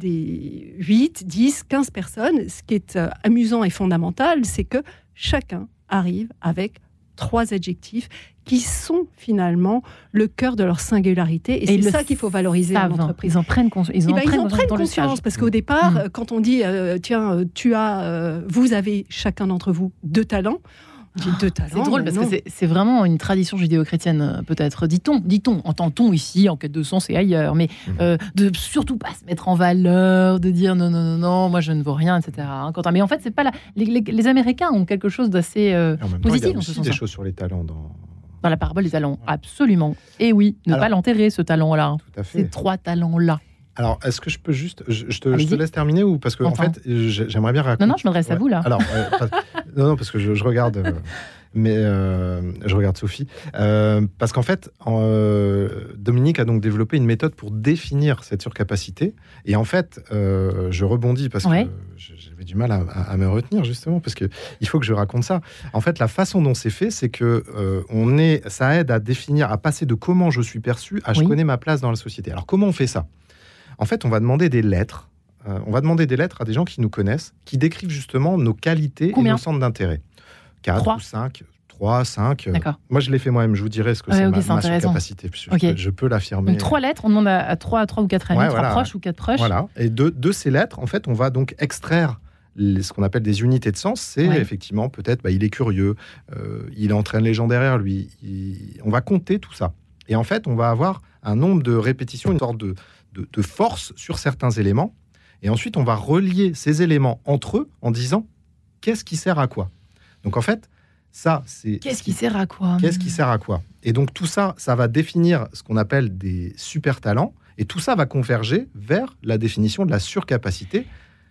des huit, dix, quinze personnes, ce qui est euh, amusant et fondamental, c'est que chacun arrive avec trois adjectifs qui sont finalement le cœur de leur singularité. Et, et c'est ça qu'il faut valoriser dans l'entreprise. Ils en prennent, cons- ils en ben, prennent, ils en prennent conscience. Parce qu'au départ, mmh. quand on dit, euh, tiens, tu as, euh, vous avez chacun d'entre vous deux talents, on dit deux talents. C'est drôle parce non. que c'est, c'est vraiment une tradition judéo-chrétienne, peut-être. Dit-on, dit-on, entend-on ici, en quête de sens et ailleurs, mais euh, de surtout pas se mettre en valeur, de dire non, non, non, non, moi je ne vaux rien, et cetera. Hein, Quentin. Mais en fait, c'est pas la... les, les, les Américains ont quelque chose d'assez euh, en même positif. Il y a aussi des choses sur les talents dans. Dans la parabole des talents, absolument. Et oui, ne Alors, pas l'enterrer, ce talent-là. Tout à fait. Ces trois talents-là. Alors, est-ce que je peux juste... Je, je, te, je te laisse terminer ou parce que, en fait, j'aimerais bien raconter... Non, non, je m'adresse ouais. à vous, là. Alors, euh, pas... non, non, parce que je, je regarde... Euh, mais euh, je regarde Sophie. Euh, parce qu'en fait, euh, Dominique a donc développé une méthode pour définir cette surcapacité. Et en fait, euh, je rebondis parce ouais. que j'avais du mal à, à me retenir, justement, parce qu'il faut que je raconte ça. En fait, la façon dont c'est fait, c'est que euh, on est, ça aide à définir, à passer de comment je suis perçu à je oui. connais ma place dans la société. Alors, comment on fait ça ? En fait, on va demander des lettres. Euh, on va demander des lettres à des gens qui nous connaissent, qui décrivent justement nos qualités Combien ? et nos centres d'intérêt. quatre ou cinq, trois, cinq. D'accord. Moi, je l'ai fait moi-même. Je vous dirai ce que ouais, c'est okay, ma, ma surcapacité. Je, okay. je peux l'affirmer. Donc, trois lettres, on demande à, à trois, à trois ou quatre amis, ouais, trois voilà. proches ou quatre proches. Voilà. Et de, de ces lettres, en fait, on va donc extraire les, ce qu'on appelle des unités de sens. C'est ouais. effectivement, peut-être, bah, il est curieux, euh, il entraîne les gens derrière lui. Il, on va compter tout ça. Et en fait, on va avoir un nombre de répétitions, une sorte de, de, de force sur certains éléments. Et ensuite, on va relier ces éléments entre eux en disant qu'est-ce qui sert à quoi. Donc, en fait, ça, c'est... Qu'est-ce qui sert à quoi ? Qu'est-ce qui sert à quoi ? Et donc, tout ça, ça va définir ce qu'on appelle des super talents. Et tout ça va converger vers la définition de la surcapacité,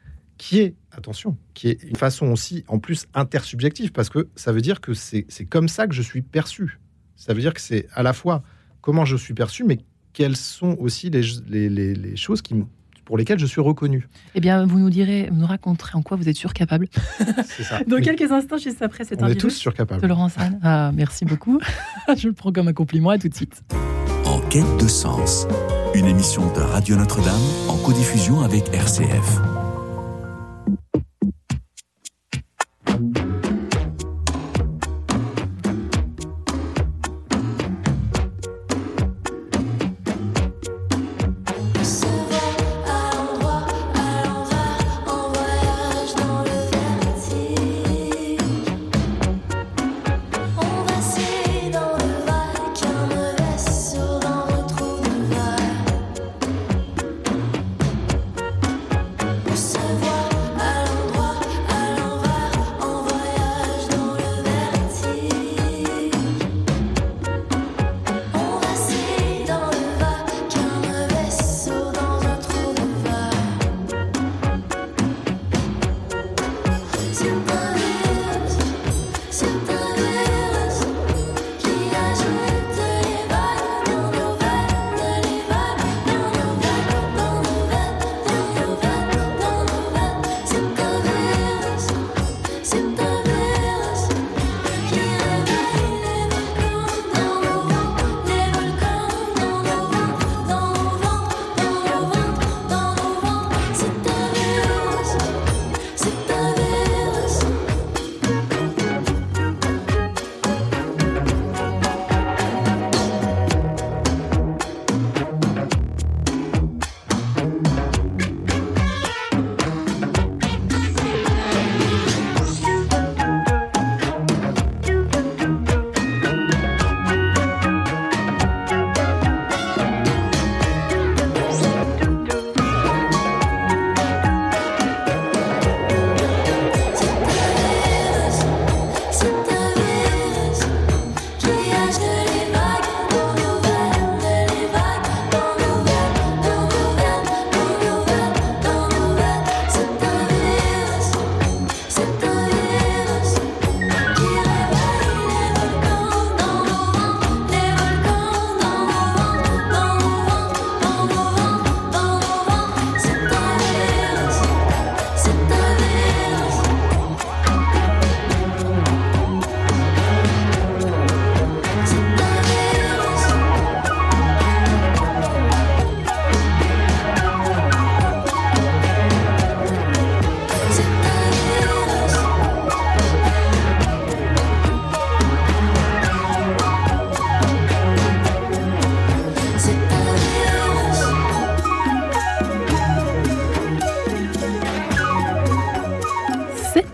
qui est, attention, qui est une façon aussi, en plus, intersubjective, parce que ça veut dire que c'est, c'est comme ça que je suis perçu. Ça veut dire que c'est à la fois comment je suis perçu, mais quelles sont aussi les, les, les, les choses qui me... pour lesquels je suis reconnu. Eh bien, vous nous direz, vous nous raconterez en quoi vous êtes surcapable. C'est ça. Dans quelques instants, juste après cette On interview. est tous surcapables. De Laurence Anne. Ah, merci beaucoup. Je le prends comme un compliment. À tout de suite. En quête de sens, une émission de Radio Notre-Dame en codiffusion avec R C F.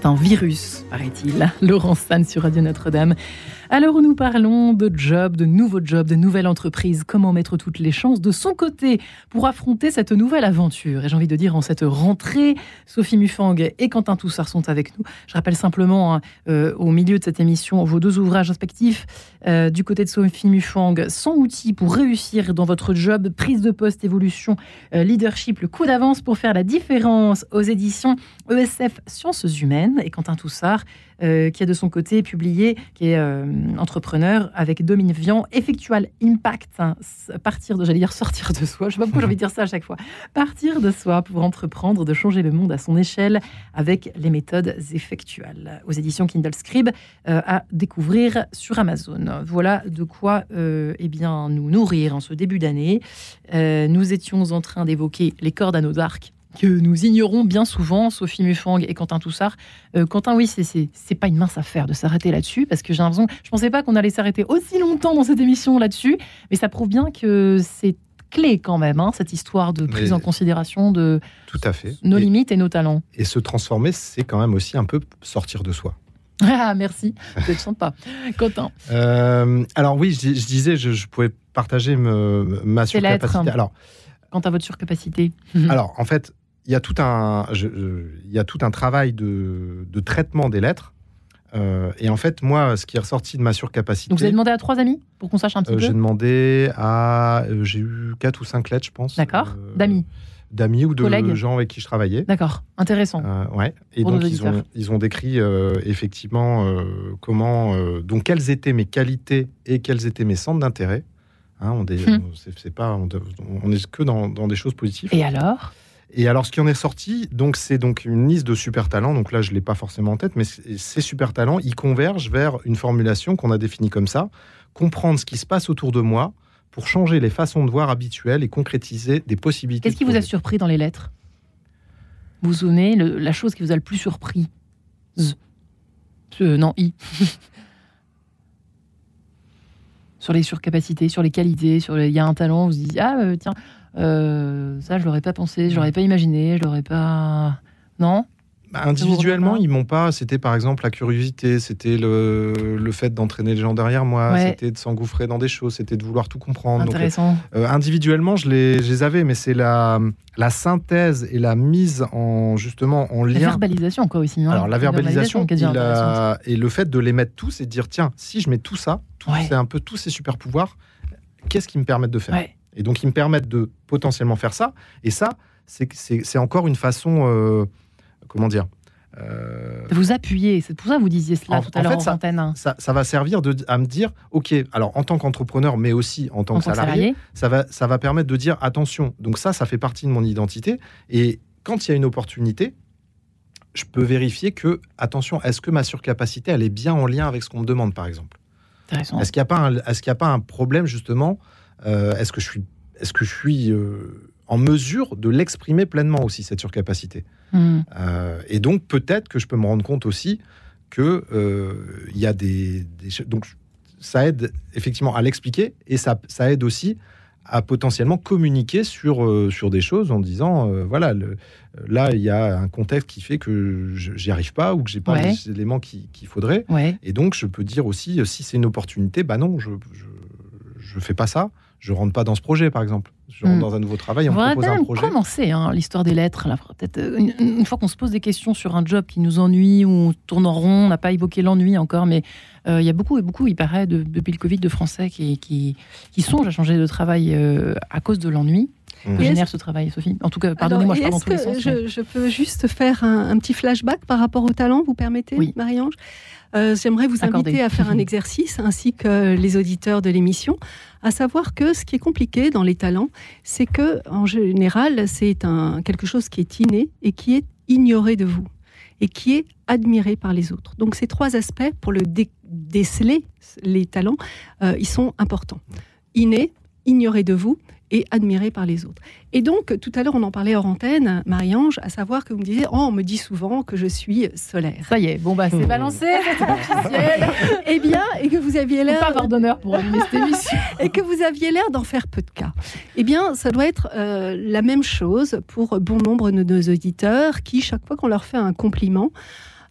C'est un virus, paraît-il. Laurence Sanne sur Radio Notre-Dame. À l'heure où nous parlons de job, de nouveaux jobs, de nouvelles entreprises, comment mettre toutes les chances de son côté pour affronter cette nouvelle aventure. Et j'ai envie de dire, en cette rentrée, Sophie Mufang et Quentin Toussard sont avec nous. Je rappelle simplement, hein, euh, au milieu de cette émission, vos deux ouvrages respectifs. Euh, du côté de Sophie Mufang, cent outils pour réussir dans votre job, prise de poste, évolution, euh, leadership, le coup d'avance pour faire la différence, aux éditions E S F Sciences Humaines. Et Quentin Toussard, euh, qui a de son côté publié, qui est euh, entrepreneur avec Dominique Vian, Effectual Impact, hein, partir de, j'allais dire sortir de soi, je sais pas pourquoi j'ai envie de dire ça à chaque fois, partir de soi pour entreprendre, de changer le monde à son échelle avec les méthodes effectuales. Aux éditions Kindle Scribe, euh, à découvrir sur Amazon. Voilà de quoi euh, eh bien, nous nourrir en ce début d'année. Euh, nous étions en train d'évoquer les cordes à nos arcs que nous ignorons bien souvent, Sophie Mufang et Quentin Toussard. Euh, Quentin, oui, c'est, c'est, c'est pas une mince affaire de s'arrêter là-dessus, parce que j'ai l'impression, je pensais pas qu'on allait s'arrêter aussi longtemps dans cette émission là-dessus, mais ça prouve bien que c'est clé quand même, hein, cette histoire de prise mais en considération de tout à fait. nos et, limites et nos talents. Et se transformer, c'est quand même aussi un peu sortir de soi. Ah, merci, je ne chante pas. Quentin. Euh, alors oui, je, je disais, je, je pouvais partager me, ma c'est surcapacité. L'être. Alors, quant à votre surcapacité. Alors, en fait, il y a tout un, je, je, il y a tout un travail de, de traitement des lettres. Euh, et en fait, moi, ce qui est ressorti de ma surcapacité... Donc, vous avez demandé à trois amis pour qu'on sache un petit euh, peu. J'ai demandé à... Euh, j'ai eu quatre ou cinq lettres, je pense. D'accord. Euh, d'amis. D'amis ou de collègues. Gens avec qui je travaillais. D'accord. Intéressant. Euh, ouais. Et pour donc, ils ont, ils ont décrit euh, effectivement euh, comment... Euh, donc, quelles étaient mes qualités et quels étaient mes centres d'intérêt. Hein, on est, hum. c'est, c'est pas, on, on est que dans, dans des choses positives. Et alors ? Et alors, ce qui en est sorti, donc, c'est donc une liste de super talents. Donc là, je ne l'ai pas forcément en tête, mais ces super talents, ils convergent vers une formulation qu'on a définie comme ça. Comprendre ce qui se passe autour de moi pour changer les façons de voir habituelles et concrétiser des possibilités. Qu'est-ce qui vous a surpris dans les lettres ? Vous vous souvenez, le, la chose qui vous a le plus surpris ? Z. Euh, non, I. Sur les surcapacités, sur les qualités, sur les... il y a un talent, vous vous dites, ah, euh, tiens... Euh, ça, je l'aurais pas pensé, je l'aurais pas imaginé, je l'aurais pas. Non. Bah, individuellement, ils m'ont pas. C'était par exemple la curiosité, c'était le, le fait d'entraîner les gens derrière moi, ouais. C'était de s'engouffrer dans des choses, c'était de vouloir tout comprendre. Intéressant. Donc, euh, individuellement, je les, je les avais, mais c'est la, la synthèse et la mise en justement en lien. La verbalisation, quoi aussi. Hein. Alors la verbalisation, verbalisation et, la, et le fait de les mettre tous et de dire tiens, si je mets tout ça, tout, ouais. c'est un peu tous ces super pouvoirs, qu'est-ce qui me permettent de faire? Ouais. Et donc, ils me permettent de potentiellement faire ça. Et ça, c'est, c'est, c'est encore une façon... Euh, comment dire euh, de vous appuyer. C'est pour ça que vous disiez cela en, tout à en l'heure fait, en ça, antenne. Ça, ça va servir de, à me dire, OK, alors en tant qu'entrepreneur, mais aussi en tant en que salarié, salarié. Ça, va, ça va permettre de dire, attention, donc ça, ça fait partie de mon identité. Et quand il y a une opportunité, je peux vérifier que, attention, est-ce que ma surcapacité, elle est bien en lien avec ce qu'on me demande, par exemple ? Intéressant. Est-ce qu'il n'y a pas un, est-ce qu'il n'y a pas un problème, justement Euh, est-ce que je suis, est-ce que je suis euh, en mesure de l'exprimer pleinement aussi, cette surcapacité mmh. euh, Et donc, peut-être que je peux me rendre compte aussi qu'il euh, y a des, des... Donc, ça aide effectivement à l'expliquer et ça, ça aide aussi à potentiellement communiquer sur, euh, sur des choses en disant, euh, voilà, le, là, il y a un contexte qui fait que je, j'y arrive pas ou que j'ai pas ouais. les éléments qu'il, qu'il faudrait. Ouais. Et donc, je peux dire aussi, si c'est une opportunité, bah non, je... je je fais pas ça, je rentre pas dans ce projet, par exemple. Je rentre mmh. dans un nouveau travail, on me propose un projet. Commencer hein, l'histoire des lettres. Là, peut-être une, une fois qu'on se pose des questions sur un job qui nous ennuie ou on tourne en rond, on n'a pas évoqué l'ennui encore, mais il euh, y a beaucoup et beaucoup, il paraît, de, depuis le Covid, de Français qui, qui, qui songent à changer de travail euh, à cause de l'ennui. Mmh. Que génère ce travail, Sophie ? En tout cas, pardonnez-moi, alors, je parle dans tous les sens. Je, mais... je peux juste faire un, un petit flashback par rapport au talent, vous permettez, oui. Marie-Ange ? Euh, j'aimerais vous inviter Accordé. à faire un exercice, ainsi que les auditeurs de l'émission, à savoir que ce qui est compliqué dans les talents, c'est que, en général, c'est un, quelque chose qui est inné et qui est ignoré de vous, et qui est admiré par les autres. Donc ces trois aspects, pour le dé- déceler, les talents, euh, ils sont importants. Inné, ignoré de vous, et admiré par les autres. Et donc, tout à l'heure, on en parlait hors antenne, Marie-Ange, à savoir que vous me disiez, oh, on me dit souvent que je suis solaire. Ça y est, bon bah c'est balancé, c'est officiel. Eh bien, et que vous aviez l'air... Pas avoir d'honneur pour animer cette émission. Et que vous aviez l'air d'en faire peu de cas. Eh bien, ça doit être euh, la même chose pour bon nombre de nos auditeurs qui, chaque fois qu'on leur fait un compliment,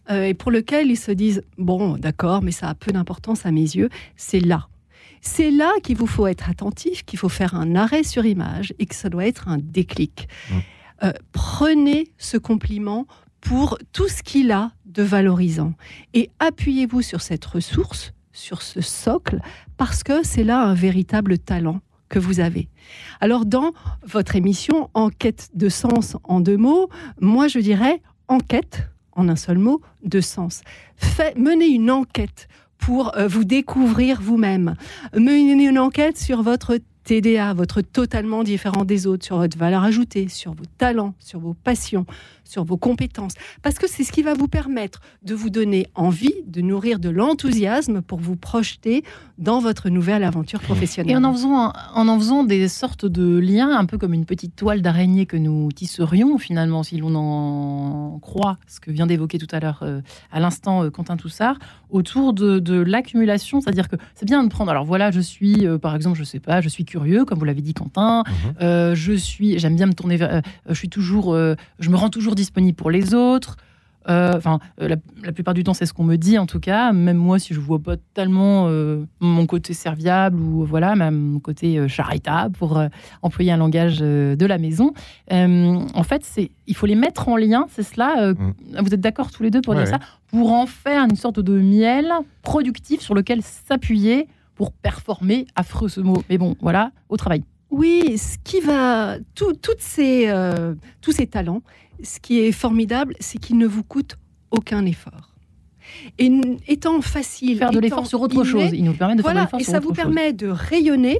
euh, et pour lequel ils se disent « bon, d'accord, mais ça a peu d'importance à mes yeux », c'est là. C'est là qu'il vous faut être attentif, qu'il faut faire un arrêt sur image et que ça doit être un déclic. Mmh. Euh, prenez ce compliment pour tout ce qu'il a de valorisant et appuyez-vous sur cette ressource, sur ce socle, parce que c'est là un véritable talent que vous avez. Alors, dans votre émission « Enquête de sens en deux mots », moi je dirais « enquête » en un seul mot, de sens. Fait, menez une enquête pour euh, vous découvrir vous-même. Menez une enquête sur votre T D A, votre totalement différent des autres, sur votre valeur ajoutée, sur vos talents, sur vos passions, sur vos compétences. Parce que c'est ce qui va vous permettre de vous donner envie, de nourrir de l'enthousiasme pour vous projeter dans votre nouvelle aventure professionnelle. Et en en faisant, en en faisant des sortes de liens, un peu comme une petite toile d'araignée que nous tisserions, finalement, si l'on en croit ce que vient d'évoquer tout à l'heure, euh, à l'instant, euh, Quentin Toussard, autour de, de l'accumulation. C'est-à-dire que c'est bien de prendre... Alors voilà, je suis, euh, par exemple, je sais pas, je suis curieux, comme vous l'avez dit, Quentin. Mmh. Euh, je suis... J'aime bien me tourner vers... Euh, je suis toujours... Euh, je me rends toujours disponible pour les autres. Enfin, euh, la, la plupart du temps, c'est ce qu'on me dit, en tout cas. Même moi, si je vois pas tellement euh, mon côté serviable ou voilà, même mon côté euh, charitable, pour euh, employer un langage euh, de la maison. Euh, en fait, c'est, il faut les mettre en lien. C'est cela. Euh, mmh. Vous êtes d'accord tous les deux pour ouais, dire ouais. ça, pour en faire une sorte de miel productif sur lequel s'appuyer pour performer. Affreux ce mot, mais bon, voilà, au travail. Oui, ce qui va, tout, toutes ces, euh, tous ces talents. Ce qui est formidable, c'est qu'il ne vous coûte aucun effort. Et étant facile... Faire de l'effort sur autre chose. Il nous permet de voilà, faire de l'effort et sur ça autre vous chose. permet de rayonner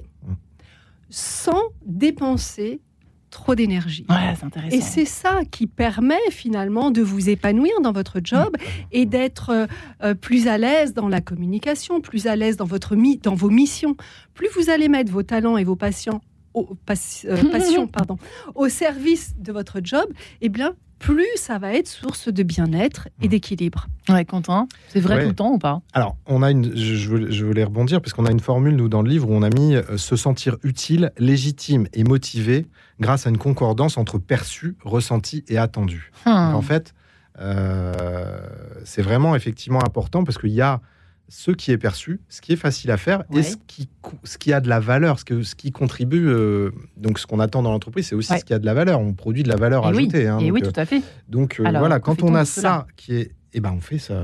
sans dépenser trop d'énergie. Ouais, c'est intéressant. Et c'est ça qui permet finalement de vous épanouir dans votre job mmh. et d'être euh, plus à l'aise dans la communication, plus à l'aise dans, votre mi- dans vos missions. Plus vous allez mettre vos talents et vos patients Au, pas, euh, passion, pardon, au service de votre job, eh bien, plus ça va être source de bien-être et d'équilibre. Ouais, Quentin, c'est vrai ouais. tout le temps ou pas ? Alors, on a une, je, voulais, je voulais rebondir, parce qu'on a une formule, nous, dans le livre, où on a mis euh, se sentir utile, légitime et motivé grâce à une concordance entre perçu, ressenti et attendu. Hum. Donc, en fait, euh, c'est vraiment effectivement important, parce qu'il y a ce qui est perçu, ce qui est facile à faire ouais. et ce qui, ce qui a de la valeur, ce, que, ce qui contribue. Euh, donc, ce qu'on attend dans l'entreprise, c'est aussi ouais. ce qui a de la valeur. On produit de la valeur et ajoutée. Oui. Hein, et donc, oui, tout à fait. Donc, euh, Alors, voilà, quand on a ça qui est. Eh ben, on fait ça.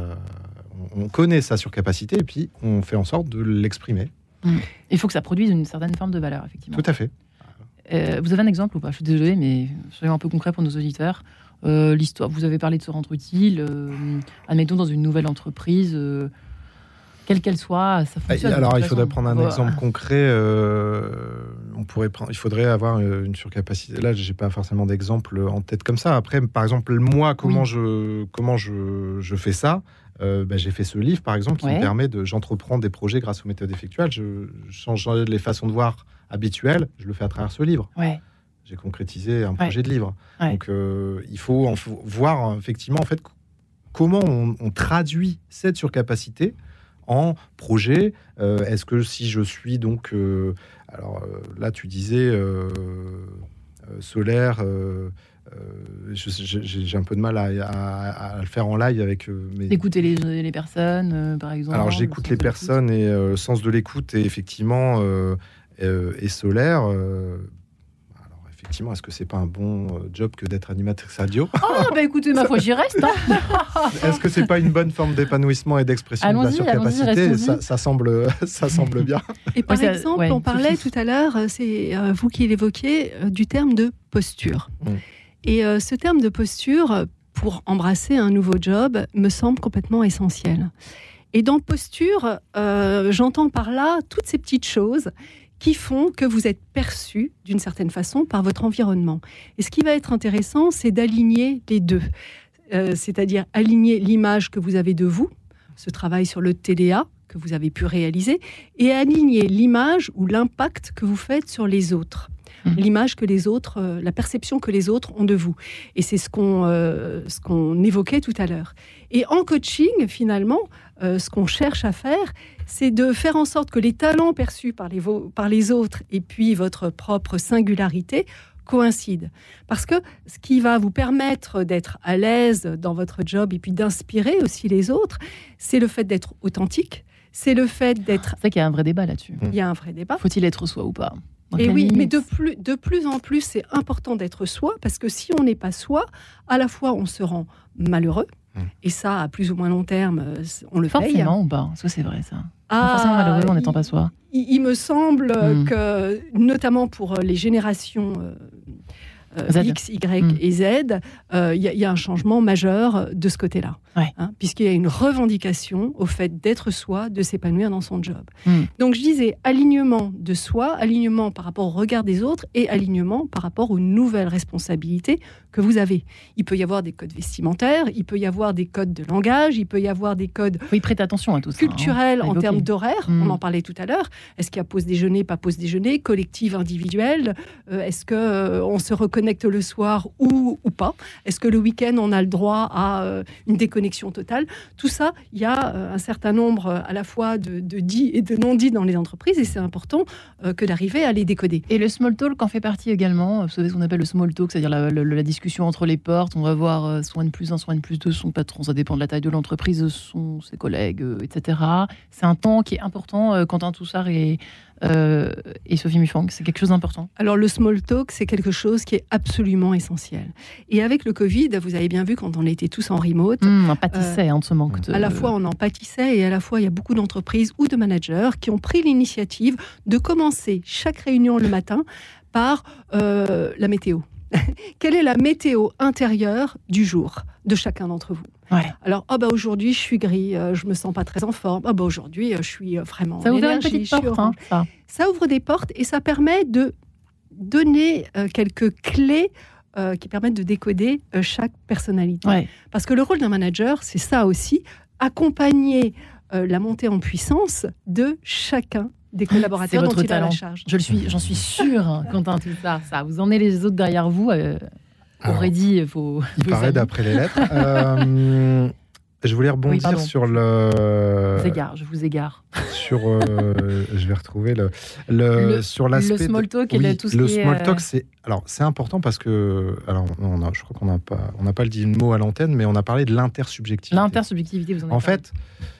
On connaît sa surcapacité et puis on fait en sorte de l'exprimer. Mmh. Il faut que ça produise une certaine forme de valeur, effectivement. Tout à fait. Euh, vous avez un exemple ou pas ? Je suis désolée, mais soyons un peu concret pour nos auditeurs. Euh, l'histoire, vous avez parlé de se rendre utile. Euh, admettons, dans une nouvelle entreprise. Euh, quelle qu'elle soit, ça fonctionne. Alors, il faudrait façon. prendre un voilà. exemple concret. Euh, on pourrait prendre, il faudrait avoir une surcapacité. Là, j'ai pas forcément d'exemple en tête comme ça. Après, par exemple, moi, comment oui. je comment je, je fais ça euh, bah, j'ai fait ce livre, par exemple, qui ouais. me permet de. J'entreprends des projets grâce aux méthodes effectuelles. Je, je change les façons de voir habituelles. Je le fais à travers ce livre. Ouais. J'ai concrétisé un projet ouais. de livre. Ouais. Donc, euh, il faut en f- voir effectivement en fait comment on, on traduit cette surcapacité en projet. Euh, est-ce que si je suis donc... Euh, alors euh, là, tu disais euh, euh, solaire... Euh, euh, je, j'ai, j'ai un peu de mal à, à, à le faire en live avec... Euh, mes... Écouter les, les personnes, euh, par exemple. Alors, j'écoute les personnes et le euh, sens de l'écoute et effectivement euh, euh, et solaire... Euh, Effectivement, est-ce que c'est pas un bon job que d'être animatrice radio ? Ah, bah écoutez, ma foi, j'y reste. Hein. Est-ce que c'est pas une bonne forme d'épanouissement et d'expression allons-y, de la surcapacité ? ça, ça, semble, ça semble bien. Et par ouais, exemple, ouais, on parlait tout à l'heure, c'est euh, vous qui l'évoquiez, euh, du terme de posture. Mmh. Et euh, ce terme de posture, pour embrasser un nouveau job, me semble complètement essentiel. Et dans posture, euh, j'entends par là toutes ces petites choses qui font que vous êtes perçu d'une certaine façon par votre environnement. Et ce qui va être intéressant, c'est d'aligner les deux. Euh, c'est-à-dire aligner l'image que vous avez de vous, ce travail sur le T D A que vous avez pu réaliser, et aligner l'image ou l'impact que vous faites sur les autres. Mmh. L'image que les autres, euh, la perception que les autres ont de vous. Et c'est ce qu'on, euh, ce qu'on évoquait tout à l'heure. Et en coaching, finalement, euh, ce qu'on cherche à faire, c'est de faire en sorte que les talents perçus par les, vo- par les autres et puis votre propre singularité coïncident. Parce que ce qui va vous permettre d'être à l'aise dans votre job et puis d'inspirer aussi les autres, c'est le fait d'être authentique, c'est le fait d'être... C'est vrai qu'il y a un vrai débat là-dessus. Il y a un vrai débat. Faut-il être soi ou pas ? Et oui, mais de plus, de plus en plus, c'est important d'être soi, parce que si on n'est pas soi, à la fois on se rend malheureux, mmh. et ça, à plus ou moins long terme, on le Forcément paye. Forcément ou pas ? Est-ce que c'est vrai ça ? Ah, forcément malheureux en n'étant pas soi. Il, il me semble mmh. que, notamment pour les générations euh, euh, X, Y mmh. et Z, il euh, y, y a un changement majeur de ce côté-là. Ouais. Hein, puisqu'il y a une revendication au fait d'être soi, de s'épanouir dans son job. Mm. Donc je disais alignement de soi, alignement par rapport au regard des autres et alignement par rapport aux nouvelles responsabilités que vous avez. Il peut y avoir des codes vestimentaires, il peut y avoir des codes de langage, il peut y avoir des codes oui, prêtez attention à tout ça, culturels hein, en termes d'horaire, mm. on en parlait tout à l'heure. Est-ce qu'il y a pause déjeuner, pas pause déjeuner, collective, individuelle, euh, est-ce qu'on euh, se reconnecte le soir ou, ou pas, est-ce que le week-end on a le droit à euh, une déconnexion connexion totale. Tout ça, il y a euh, un certain nombre euh, à la fois de, de dits et de non-dits dans les entreprises et c'est important euh, que d'arriver à les décoder. Et le small talk en fait partie également. Vous savez ce qu'on appelle le small talk, c'est-à-dire la, la, la discussion entre les portes. On va voir euh, soit N plus un, soit N plus deux, son patron, ça dépend de la taille de l'entreprise, son, ses collègues, euh, et cetera. C'est un temps qui est important. Euh, Quentin Toussard et Euh, et Sophie Mufang, c'est quelque chose d'important. Alors le small talk, c'est quelque chose qui est absolument essentiel. Et avec le Covid, vous avez bien vu quand on était tous en remote, mmh, on pâtissait euh, hein, de ce manque de... À la fois on en pâtissait et à la fois il y a beaucoup d'entreprises ou de managers qui ont pris l'initiative de commencer chaque réunion le matin par euh, la météo. Quelle est la météo intérieure du jour de chacun d'entre vous? Ouais. Alors, oh bah aujourd'hui, je suis gris, euh, je me sens pas très en forme. Oh bah aujourd'hui, euh, je suis vraiment ça en ouvre énergie. Une petite porte, hein, ça. ça ouvre des portes et ça permet de donner euh, quelques clés euh, qui permettent de décoder euh, chaque personnalité. Ouais. Parce que le rôle d'un manager, c'est ça aussi, accompagner euh, la montée en puissance de chacun des collaborateurs dont il talent. a la charge. Je le suis, j'en suis sûre, hein, Quentin Toussard. Ça, vous emmenez les autres derrière vous. Euh, aurait dit, il faut. Il paraît d'après les lettres. euh, je voulais rebondir oui, sur le. Je vous égare, je vous égare. Sur, euh, je vais retrouver le, le, le sur l'aspect. Le small talk de, et oui, le, tout ce le qui small est, talk, c'est alors c'est important parce que alors on a, je crois qu'on n'a pas, on n'a pas le dit le mot à l'antenne, mais on a parlé de l'intersubjectivité. L'intersubjectivité, vous en avez En parlé. fait.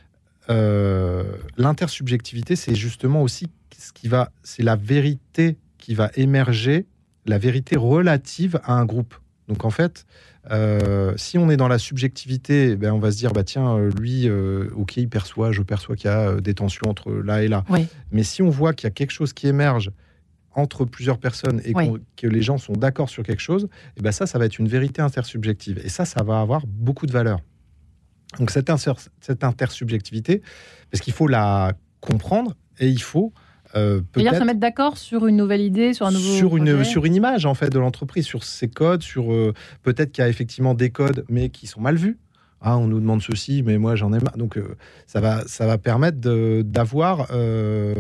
Euh, l'intersubjectivité, c'est justement aussi ce qui va, c'est la vérité qui va émerger, la vérité relative à un groupe. Donc en fait, euh, si on est dans la subjectivité, ben on va se dire bah tiens lui, euh, ok il perçoit, je perçois qu'il y a des tensions entre là et là. Oui. Mais si on voit qu'il y a quelque chose qui émerge entre plusieurs personnes et oui. que les gens sont d'accord sur quelque chose, et ben ça, ça va être une vérité intersubjective. Et ça, ça va avoir beaucoup de valeur. Donc cette, inter- cette intersubjectivité, parce qu'il faut la comprendre et il faut euh, peut-être c'est-à-dire se mettre d'accord sur une nouvelle idée, sur un nouveau sur une projet. sur une image en fait de l'entreprise, sur ses codes, sur euh, peut-être qu'il y a effectivement des codes mais qui sont mal vus. Ah, on nous demande ceci, mais moi j'en ai marre. Donc euh, ça va ça va permettre de, d'avoir euh,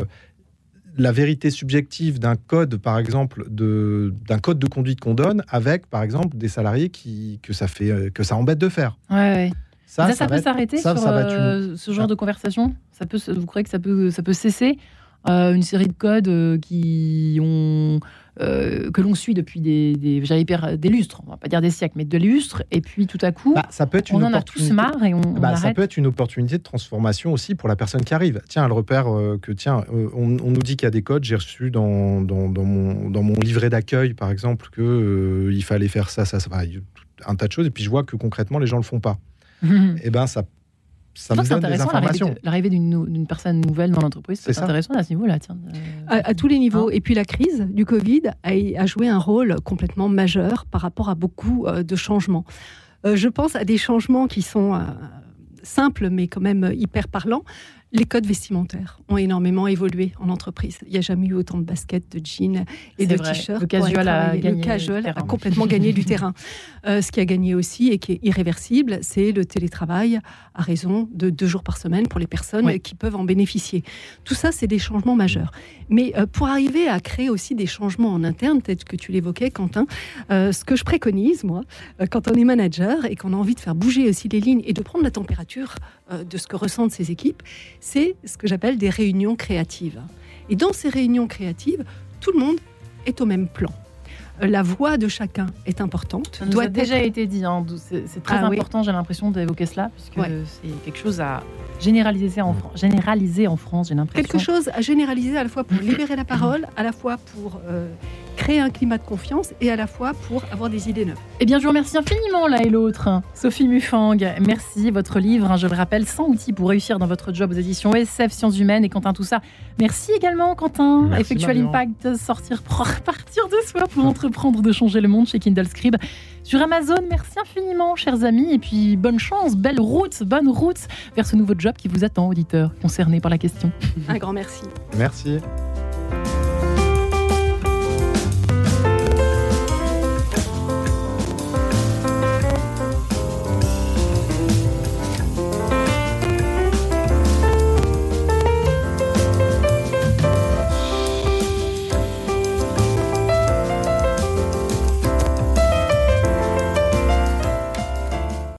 la vérité subjective d'un code, par exemple, de, d'un code de conduite qu'on donne avec, par exemple, des salariés qui que ça fait que ça embête de faire. Ouais. ouais. Ça, ça, ça, ça peut être, s'arrêter ça, sur ça euh, une... ce genre ah. de conversation. Ça peut, vous croyez que ça peut, ça peut cesser euh, une série de codes euh, qui ont, euh, que l'on suit depuis des, des, j'allais dire des lustres, on va pas dire des siècles, mais de lustres, et puis tout à coup, bah, ça peut être une on en a tous marre et on, bah, on arrête. Ça peut être une opportunité de transformation aussi pour la personne qui arrive. Tiens, elle repère euh, que tiens, euh, on, on nous dit qu'il y a des codes. J'ai reçu dans, dans, dans, mon, dans mon livret d'accueil, par exemple, que euh, il fallait faire ça, ça, ça, un tas de choses, et puis je vois que concrètement les gens le font pas. Mmh. Et ben ça. Ça me donne des informations. L'arrivée, de, l'arrivée d'une, d'une personne nouvelle dans l'entreprise, c'est, c'est intéressant à ce niveau-là. Tiens, euh... à, à tous les niveaux. Hein. Et puis la crise du Covid a, a joué un rôle complètement majeur par rapport à beaucoup euh, de changements. Euh, je pense à des changements qui sont euh, simples, mais quand même hyper parlants. Les codes vestimentaires ont énormément évolué en entreprise. Il n'y a jamais eu autant de baskets, de jeans et c'est de vrai. t-shirts. Le casual, a, gagné le casual le a complètement gagné du terrain. Euh, ce qui a gagné aussi et qui est irréversible, c'est le télétravail à raison de deux jours par semaine pour les personnes oui. qui peuvent en bénéficier. Tout ça, c'est des changements majeurs. Mais euh, pour arriver à créer aussi des changements en interne, peut-être que tu l'évoquais, Quentin, euh, ce que je préconise, moi, euh, quand on est manager et qu'on a envie de faire bouger aussi les lignes et de prendre la température euh, de ce que ressentent ces équipes, c'est ce que j'appelle des réunions créatives. Et dans ces réunions créatives, tout le monde est au même plan. la voix de chacun est importante. Ça nous doit a déjà être... été dit, hein. c'est, c'est très Ah, important, oui. J'ai l'impression d'évoquer cela, puisque ouais. c'est quelque chose à généraliser en, Fran- généraliser en France, j'ai l'impression. Quelque chose à généraliser à la fois pour libérer la parole, à la fois pour euh, créer un climat de confiance et à la fois pour avoir des idées neuves. Eh bien, je vous remercie infiniment l'un et l'autre. Sophie Mufang, merci. Votre livre, hein, je le rappelle, cent outils pour réussir dans votre job aux éditions S F Sciences Humaines. Et Quentin Toussat, merci également, Quentin. Merci, Effectual Marion. Impact, sortir, partir de soi pour entreprendre de changer le monde chez Kindle Scribe. Sur Amazon, merci infiniment, chers amis. Et puis, bonne chance, belle route, bonne route vers ce nouveau job qui vous attend, auditeurs concernés par la question. Un grand merci. Merci.